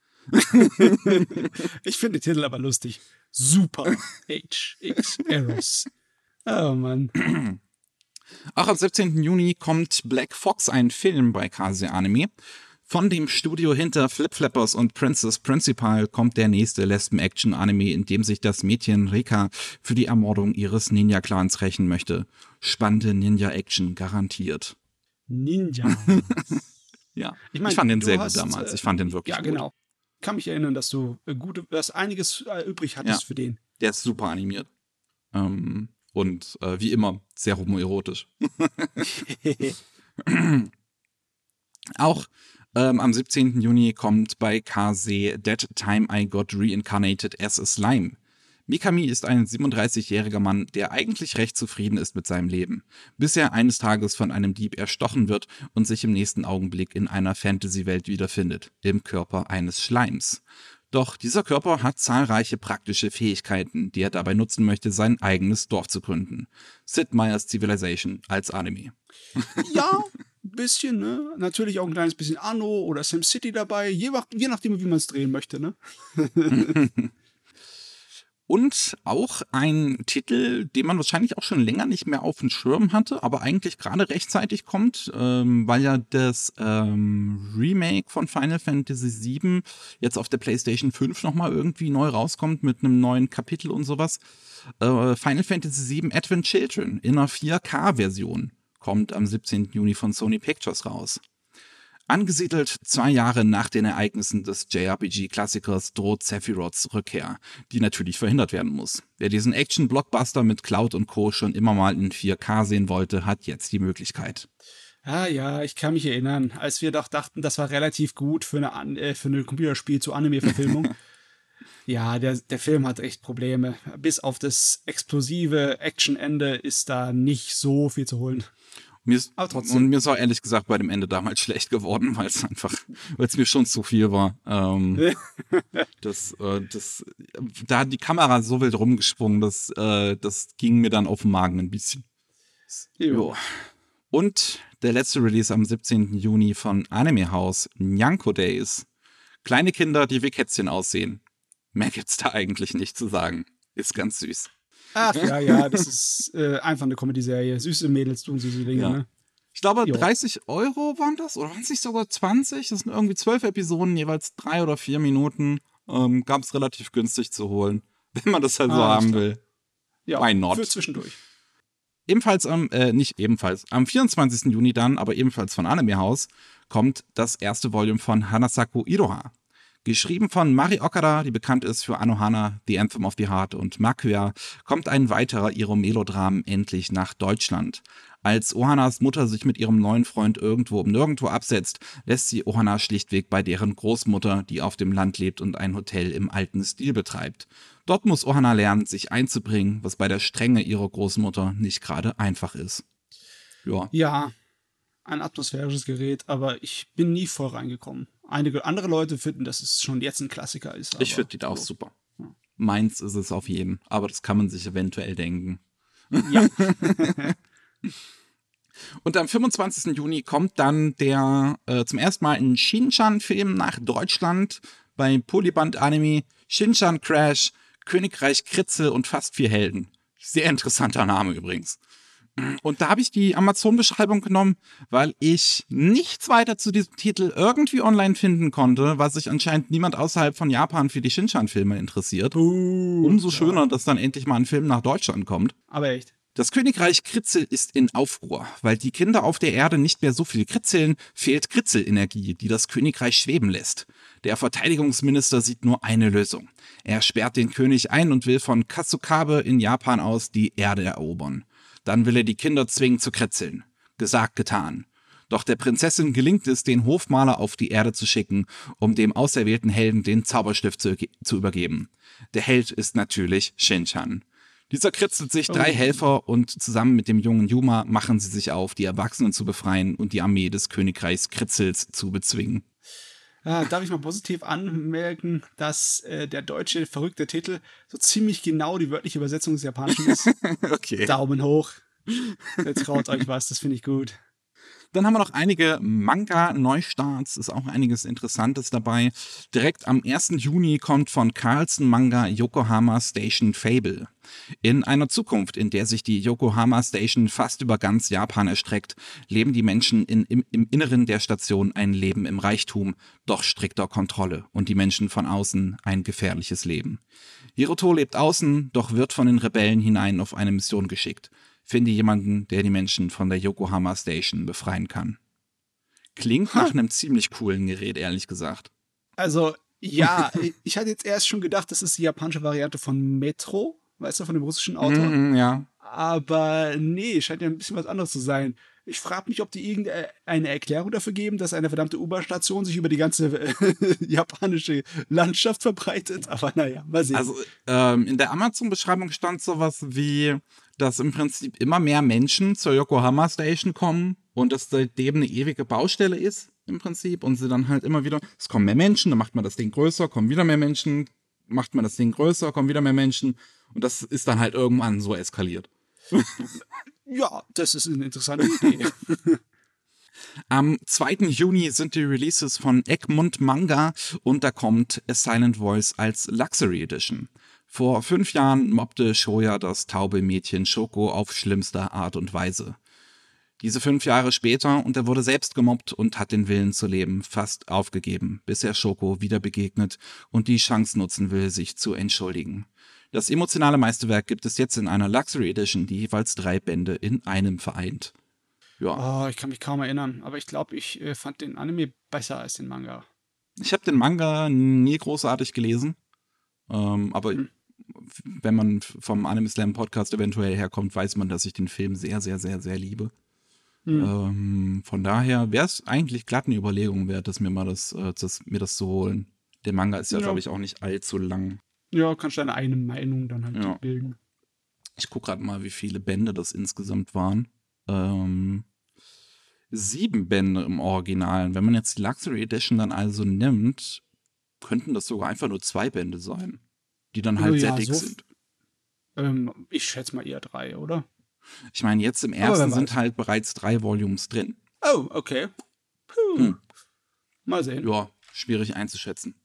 Ich finde den Titel aber lustig. Super H X Eros. Oh Mann.
Auch am siebzehnten Juni kommt Black Fox, ein Film bei Kase Anime. Von dem Studio hinter Flip Flappers und Princess Principal kommt der nächste Lesben-Action-Anime, in dem sich das Mädchen Rika für die Ermordung ihres Ninja-Clans rächen möchte. Spannende Ninja-Action garantiert.
Ninja.
Ja,
ich, mein,
ich fand den sehr
hast,
gut damals. Ich fand den wirklich
ja,
gut.
Ja, genau. Ich kann mich erinnern, dass du äh, gute, dass einiges äh, übrig hattest
ja,
für den.
Der ist super animiert. Ähm, und äh, wie immer sehr homoerotisch. Auch ähm, am siebzehnten Juni kommt bei K C That Time I Got Reincarnated as a Slime. Mikami ist ein siebenunddreißigjähriger Mann, der eigentlich recht zufrieden ist mit seinem Leben, bis er eines Tages von einem Dieb erstochen wird und sich im nächsten Augenblick in einer Fantasy-Welt wiederfindet, im Körper eines Schleims. Doch dieser Körper hat zahlreiche praktische Fähigkeiten, die er dabei nutzen möchte, sein eigenes Dorf zu gründen. Sid Meier's Civilization als Anime.
Ja, ein bisschen, ne? Natürlich auch ein kleines bisschen Anno oder SimCity dabei, je, je nachdem, wie man es drehen möchte, ne?
Und auch ein Titel, den man wahrscheinlich auch schon länger nicht mehr auf dem Schirm hatte, aber eigentlich gerade rechtzeitig kommt, ähm, weil ja das ähm, Remake von Final Fantasy sieben jetzt auf der PlayStation fünf nochmal irgendwie neu rauskommt mit einem neuen Kapitel und sowas. Äh, Final Fantasy sieben Advent Children in einer vier K-Version kommt am siebzehnten Juni von Sony Pictures raus. Angesiedelt zwei Jahre nach den Ereignissen des J R P G-Klassikers droht Sephiroths Rückkehr, die natürlich verhindert werden muss. Wer diesen Action-Blockbuster mit Cloud und Co. schon immer mal in vier K sehen wollte, hat jetzt die Möglichkeit.
Ah ja, ich kann mich erinnern, als wir doch dachten, das war relativ gut für eine, äh, für eine Computerspiel zu Anime-Verfilmung. Ja, der, der Film hat echt Probleme. Bis auf das explosive Action-Ende ist da nicht so viel zu holen.
Mir ist, und mir ist auch ehrlich gesagt bei dem Ende damals schlecht geworden, weil es einfach, weil es mir schon zu viel war. Ähm, das, äh, das, da hat die Kamera so wild rumgesprungen, dass, äh, das ging mir dann auf den Magen ein bisschen. Jo. Und der letzte Release am siebzehnten Juni von Anime House, Nyanko Days. Kleine Kinder, die wie Kätzchen aussehen. Mehr gibt's da eigentlich nicht zu sagen. Ist ganz süß.
Ach ja, ja, das ist äh, einfach eine Comedy-Serie. Süße Mädels tun süße Dinge,
ja.
ne?
Ich glaube, jo. dreißig Euro waren das, oder waren es nicht sogar zwanzig? Das sind irgendwie zwölf Episoden, jeweils drei oder vier Minuten. Ähm, Gab es relativ günstig zu holen, wenn man das halt ah, so haben klar. will.
Ja,
why not?
Für zwischendurch.
Ebenfalls am, äh, nicht ebenfalls, am vierundzwanzigsten Juni dann, aber ebenfalls von Anime House, kommt das erste Volume von Hanasaku Iroha. Geschrieben von Mari Okada, die bekannt ist für Anohana, The Anthem of the Heart und Makuya, kommt ein weiterer ihrer Melodramen endlich nach Deutschland. Als Ohanas Mutter sich mit ihrem neuen Freund irgendwo um nirgendwo absetzt, lässt sie Ohana schlichtweg bei deren Großmutter, die auf dem Land lebt und ein Hotel im alten Stil betreibt. Dort muss Ohana lernen, sich einzubringen, was bei der Strenge ihrer Großmutter nicht gerade einfach ist. Ja.
Ja, ein atmosphärisches Gerät, aber ich bin nie voll reingekommen. Einige andere Leute finden, dass es schon jetzt ein Klassiker ist.
Ich finde die da auch super. Ja. Meins ist es auf jeden, aber das kann man sich eventuell denken.
Ja.
Und am fünfundzwanzigsten Juni kommt dann der äh, zum ersten Mal ein Shin-Chan-Film nach Deutschland bei Polyband Anime. Shin-Chan Crash, Königreich Kritzel und fast vier Helden. Sehr interessanter Name übrigens. Und da habe ich die Amazon-Beschreibung genommen, weil ich nichts weiter zu diesem Titel irgendwie online finden konnte, was sich anscheinend niemand außerhalb von Japan für die Shin-Chan-Filme interessiert.
Uh,
Umso
ja.
schöner, dass dann endlich mal ein Film nach Deutschland kommt.
Aber echt.
Das Königreich Kritzel ist in Aufruhr. Weil die Kinder auf der Erde nicht mehr so viel kritzeln, fehlt Kritzelenergie, die das Königreich schweben lässt. Der Verteidigungsminister sieht nur eine Lösung. Er sperrt den König ein und will von Kasukabe in Japan aus die Erde erobern. Dann will er die Kinder zwingen zu kritzeln. Gesagt, getan. Doch der Prinzessin gelingt es, den Hofmaler auf die Erde zu schicken, um dem auserwählten Helden den Zauberstift zu, zu übergeben. Der Held ist natürlich Shin-Chan. Dieser kritzelt sich drei
Oh.
Helfer und zusammen mit dem jungen Yuma machen sie sich auf, die Erwachsenen zu befreien und die Armee des Königreichs Kritzels zu bezwingen.
Ja, darf ich mal positiv anmerken, dass äh, der deutsche verrückte Titel so ziemlich genau die wörtliche Übersetzung des Japanischen ist.
Okay.
Daumen hoch. Jetzt traut euch was, das finde ich gut.
Dann haben wir noch einige Manga-Neustarts, ist auch einiges Interessantes dabei. Direkt am ersten Juni kommt von Carlsen Manga Yokohama Station Fable. In einer Zukunft, in der sich die Yokohama Station fast über ganz Japan erstreckt, leben die Menschen in, im, im Inneren der Station ein Leben im Reichtum, doch strikter Kontrolle und die Menschen von außen ein gefährliches Leben. Hiroto lebt außen, doch wird von den Rebellen hinein auf eine Mission geschickt. Finde jemanden, der die Menschen von der Yokohama Station befreien kann. Klingt nach einem ziemlich coolen Gerät, ehrlich gesagt.
Also, ja, ich hatte jetzt erst schon gedacht, das ist die japanische Variante von Metro, weißt du, von dem russischen Autor.
Mhm, ja.
Aber nee, scheint ja ein bisschen was anderes zu sein. Ich frage mich, ob die irgendeine Erklärung dafür geben, dass eine verdammte U-Bahn-Station sich über die ganze äh, japanische Landschaft verbreitet. Aber naja, mal sehen.
Also ähm, in der Amazon-Beschreibung stand sowas wie, dass im Prinzip immer mehr Menschen zur Yokohama Station kommen und das seitdem eine ewige Baustelle ist im Prinzip und sie dann halt immer wieder, es kommen mehr Menschen, dann macht man das Ding größer, kommen wieder mehr Menschen, macht man das Ding größer, kommen wieder mehr Menschen und das ist dann halt irgendwann so eskaliert.
Ja, das ist eine interessante Idee.
Am zweiten Juni sind die Releases von Egmont Manga und da kommt A Silent Voice als Luxury Edition. Vor fünf Jahren mobbte Shoya das taube Mädchen Shoko auf schlimmste Art und Weise. Diese fünf Jahre später und er wurde selbst gemobbt und hat den Willen zu leben fast aufgegeben, bis er Shoko wieder begegnet und die Chance nutzen will, sich zu entschuldigen. Das emotionale Meisterwerk gibt es jetzt in einer Luxury Edition, die jeweils drei Bände in einem vereint. Ja.
Oh, ich kann mich kaum erinnern, aber ich glaube, ich äh, fand den Anime besser als den Manga.
Ich habe den Manga nie großartig gelesen, ähm, aber
Hm.
wenn man vom Anime Slam Podcast eventuell herkommt, weiß man, dass ich den Film sehr, sehr, sehr, sehr liebe.
Hm.
Ähm, von daher wäre es eigentlich glatt eine Überlegung wert, dass mir mal das, äh, das, mir das zu holen. Der Manga ist ja,
Ja.
glaube ich, auch nicht allzu lang.
Ja, kannst deine eigene Meinung dann halt
Ja.
bilden.
Ich gucke gerade mal, wie viele Bände das insgesamt waren. Ähm, sieben Bände im Original. Wenn man jetzt die Luxury Edition dann also nimmt, könnten das sogar einfach nur zwei Bände sein, die dann halt
Oh
sehr
ja,
dick
so f-
sind.
Ähm, ich schätze mal eher drei, oder?
Ich meine, jetzt im
Aber
ersten
wer
sind
weiß.
halt bereits drei Volumes drin.
Oh, okay. Puh.
Hm.
Mal sehen.
Ja, schwierig einzuschätzen.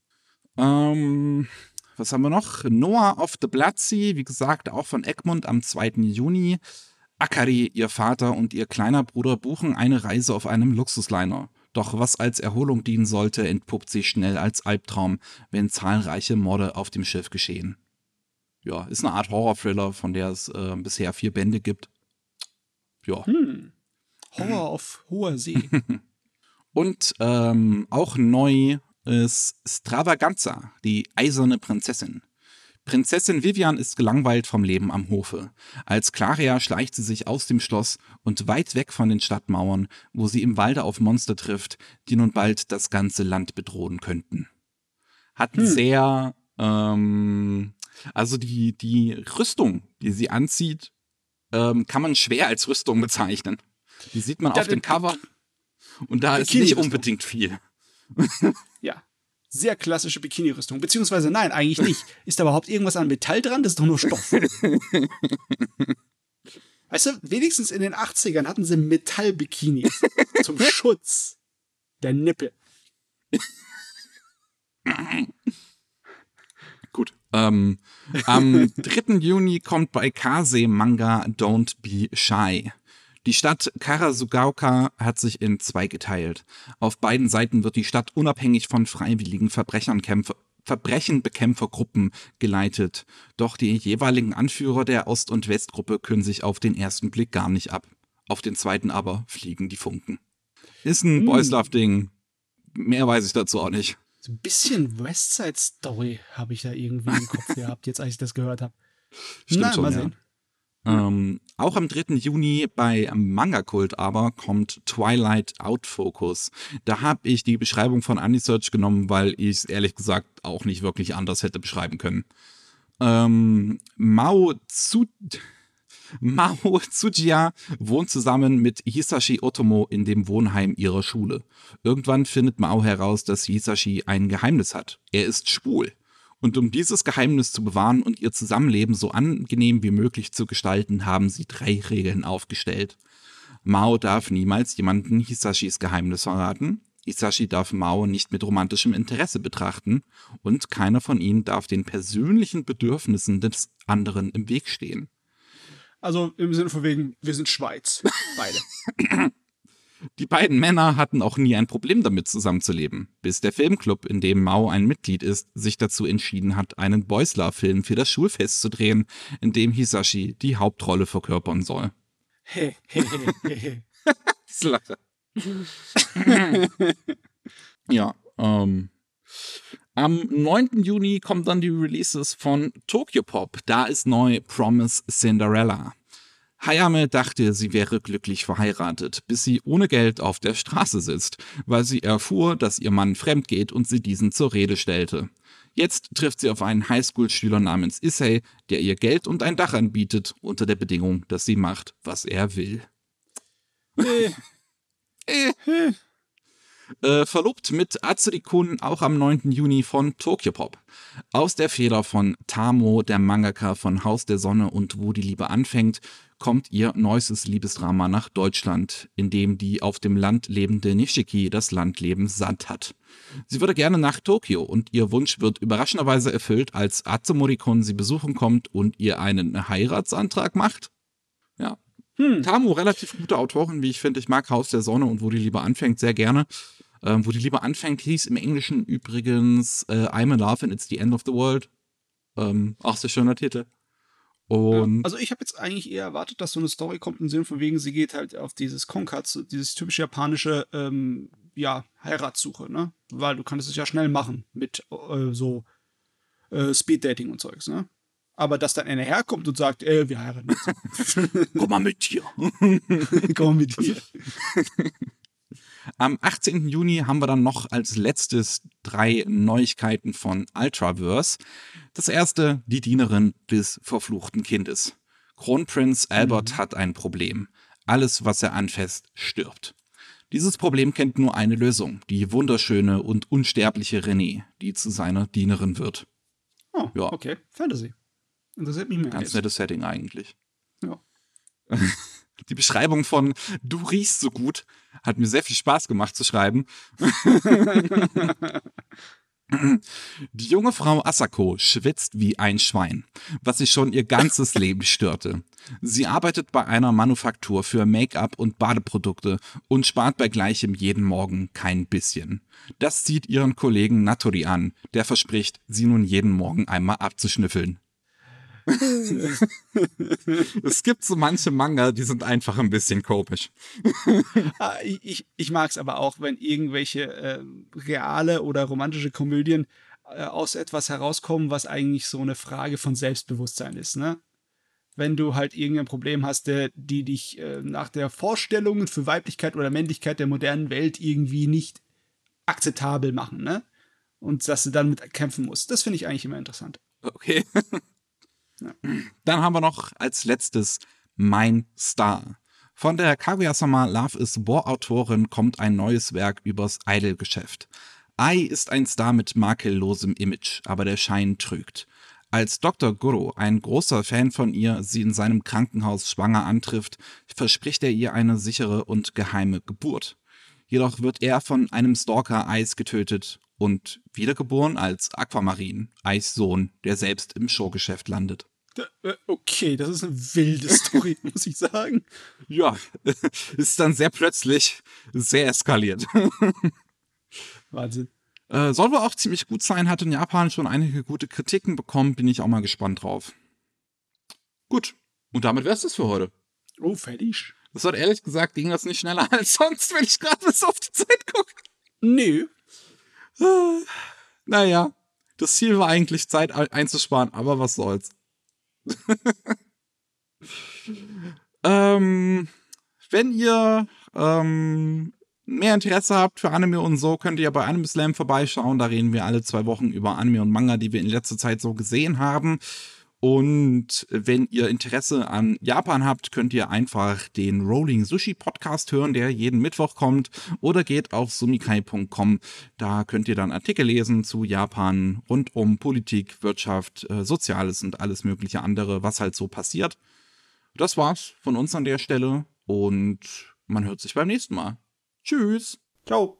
Ähm, was haben wir noch? Noah of the Blood Sea, wie gesagt, auch von Egmont am zweiten Juni. Akari, ihr Vater und ihr kleiner Bruder buchen eine Reise auf einem Luxusliner. Doch was als Erholung dienen sollte, entpuppt sich schnell als Albtraum, wenn zahlreiche Morde auf dem Schiff geschehen. Ja, ist eine Art Horror-Thriller, von der es äh, bisher vier Bände gibt. Ja.
Hm. Horror auf hoher See.
Und ähm, auch neu ist Stravaganza, die eiserne Prinzessin. Prinzessin Vivian ist gelangweilt vom Leben am Hofe. Als Claria schleicht sie sich aus dem Schloss und weit weg von den Stadtmauern, wo sie im Walde auf Monster trifft, die nun bald das ganze Land bedrohen könnten. Hat
Hm.
sehr, ähm, also die, die Rüstung, die sie anzieht, ähm, kann man schwer als Rüstung bezeichnen. Die sieht man
Ja,
auf dem
die-
Cover und da ist nicht
Bikini-Rüstung.
unbedingt viel.
Ja. Sehr klassische Bikini-Rüstung. Beziehungsweise nein, eigentlich nicht. Ist da überhaupt irgendwas an Metall dran? Das ist doch nur Stoff. Weißt du, wenigstens in den achtzigern hatten sie Metall-Bikinis zum Schutz der Nippel.
Gut. Ähm, am dritten Juni kommt bei Kase Manga Don't Be Shy. Die Stadt Karasugaoka hat sich in zwei geteilt. Auf beiden Seiten wird die Stadt unabhängig von freiwilligen Verbrechernkämpfer Verbrechenbekämpfergruppen geleitet. Doch die jeweiligen Anführer der Ost- und Westgruppe können sich auf den ersten Blick gar nicht ab. Auf den zweiten aber fliegen die Funken. Ist ein
Mm.
Boys Love-Ding. Mehr weiß ich dazu auch nicht.
So ein bisschen West Side Story habe ich da irgendwie im Kopf gehabt, jetzt als ich das gehört habe.
Stimmt
Na,
schon,
mal
ja.
sehen.
Ähm, auch am dritten Juni bei Manga Kult aber kommt Twilight Outfocus. Da habe ich die Beschreibung von Anisearch genommen, weil ich es ehrlich gesagt auch nicht wirklich anders hätte beschreiben können. Ähm, Mao Tsu Mao Tsujiya wohnt zusammen mit Hisashi Otomo in dem Wohnheim ihrer Schule. Irgendwann findet Mao heraus, dass Hisashi ein Geheimnis hat. Er ist schwul. Und um dieses Geheimnis zu bewahren und ihr Zusammenleben so angenehm wie möglich zu gestalten, haben sie drei Regeln aufgestellt. Mao darf niemals jemanden Hisashis Geheimnis verraten. Hisashi darf Mao nicht mit romantischem Interesse betrachten. Und keiner von ihnen darf den persönlichen Bedürfnissen des anderen im Weg stehen.
Also im Sinne von wegen, wir sind Schweiz. Beide.
Die beiden Männer hatten auch nie ein Problem damit, zusammenzuleben, bis der Filmclub, in dem Mao ein Mitglied ist, sich dazu entschieden hat, einen Boys Love-Film für das Schulfest zu drehen, in dem Hisashi die Hauptrolle verkörpern soll.
He, he, he, he, he.
Diese Lache. Ja, ähm. Am neunten Juni kommen dann die Releases von Tokyopop. Da ist neu Promise Cinderella. Hayame dachte, sie wäre glücklich verheiratet, bis sie ohne Geld auf der Straße sitzt, weil sie erfuhr, dass ihr Mann fremd geht und sie diesen zur Rede stellte. Jetzt trifft sie auf einen Highschool-Schüler namens Issei, der ihr Geld und ein Dach anbietet, unter der Bedingung, dass sie macht, was er will.
Äh,
äh. Äh, verlobt mit Atsuri-kun auch am neunten Juni von Tokyopop. Aus der Feder von Tamo, der Mangaka von Haus der Sonne und Wo die Liebe anfängt, kommt ihr neuestes Liebesdrama nach Deutschland, in dem die auf dem Land lebende Nishiki das Landleben satt hat. Sie würde gerne nach Tokio und ihr Wunsch wird überraschenderweise erfüllt, als Atsumori-kun sie besuchen kommt und ihr einen Heiratsantrag macht. Ja. Hm. Tamo, relativ gute Autorin, wie ich finde. Ich mag Haus der Sonne und Wo die Liebe anfängt sehr gerne. Ähm, Wo die Liebe anfängt hieß im Englischen übrigens äh, I'm in Love and It's the End of the World. Ähm, auch sehr schöner Titel. Und
ja, also ich habe jetzt eigentlich eher erwartet, dass so eine Story kommt im Sinne von wegen, sie geht halt auf dieses Konkatsu, dieses typische japanische ähm, ja, Heiratssuche, ne? Weil du kannst es ja schnell machen mit äh, so äh, Speed-Dating und Zeugs, ne? Aber dass dann einer herkommt und sagt, ey, wir heiraten jetzt.
Komm mal mit hier.
Komm mit hier.
Am achtzehnten Juni haben wir dann noch als letztes drei Neuigkeiten von Ultraverse. Das erste, die Dienerin des verfluchten Kindes. Kronprinz Albert mhm. hat ein Problem. Alles, was er anfasst, stirbt. Dieses Problem kennt nur eine Lösung, die wunderschöne und unsterbliche Renée, die zu seiner Dienerin wird.
Oh, ja. Okay. Fantasy. Interessiert mich mehr.
Ganz
jetzt.
nettes Setting eigentlich.
Ja.
Die Beschreibung von "Du riechst so gut" hat mir sehr viel Spaß gemacht zu schreiben. Die junge Frau Asako schwitzt wie ein Schwein, was sie schon ihr ganzes Leben störte. Sie arbeitet bei einer Manufaktur für Make-up und Badeprodukte und spart bei gleichem jeden Morgen kein bisschen. Das zieht ihren Kollegen Natori an, der verspricht, sie nun jeden Morgen einmal abzuschnüffeln. Es gibt so manche Manga, die sind einfach ein bisschen komisch.
ah, ich ich mag es aber auch, wenn irgendwelche äh, reale oder romantische Komödien äh, aus etwas herauskommen, was eigentlich so eine Frage von Selbstbewusstsein ist, ne? Wenn du halt irgendein Problem hast, der, die dich äh, nach der Vorstellung für Weiblichkeit oder Männlichkeit der modernen Welt irgendwie nicht akzeptabel machen, ne? Und dass du dann mit kämpfen musst. Das finde ich eigentlich immer interessant.
Okay.
Ja.
Dann haben wir noch als letztes Mein Star. Von der Kaguya-sama Love is War Autorin kommt ein neues Werk übers Idol-Geschäft. Ai ist ein Star mit makellosem Image, aber der Schein trügt. Als Doktor Goro, ein großer Fan von ihr, sie in seinem Krankenhaus schwanger antrifft, verspricht er ihr eine sichere und geheime Geburt. Jedoch wird er von einem Stalker Ais getötet und wiedergeboren als Aquamarin, Eissohn, der selbst im Showgeschäft landet.
Okay, das ist eine wilde Story, muss ich sagen.
Ja, ist dann sehr plötzlich sehr eskaliert.
Wahnsinn.
Äh, soll wohl auch ziemlich gut sein, hat in Japan schon einige gute Kritiken bekommen, bin ich auch mal gespannt drauf. Gut, und damit wär's das für heute.
Oh, fertig.
Das wird ehrlich gesagt, ging das nicht schneller als sonst, wenn ich gerade bis auf die Zeit gucke.
Nö.
Ah, naja, das Ziel war eigentlich Zeit einzusparen, aber was soll's. ähm, wenn ihr ähm, mehr Interesse habt für Anime und so, könnt ihr bei Anime Slam vorbeischauen. Da reden wir alle zwei Wochen über Anime und Manga, die wir in letzter Zeit so gesehen haben. Und wenn ihr Interesse an Japan habt, könnt ihr einfach den Rolling Sushi Podcast hören, der jeden Mittwoch kommt. Oder geht auf sumikai punkt com. Da könnt ihr dann Artikel lesen zu Japan rund um Politik, Wirtschaft, äh, Soziales und alles mögliche andere, was halt so passiert. Das war's von uns an der Stelle und man hört sich beim nächsten Mal. Tschüss.
Ciao.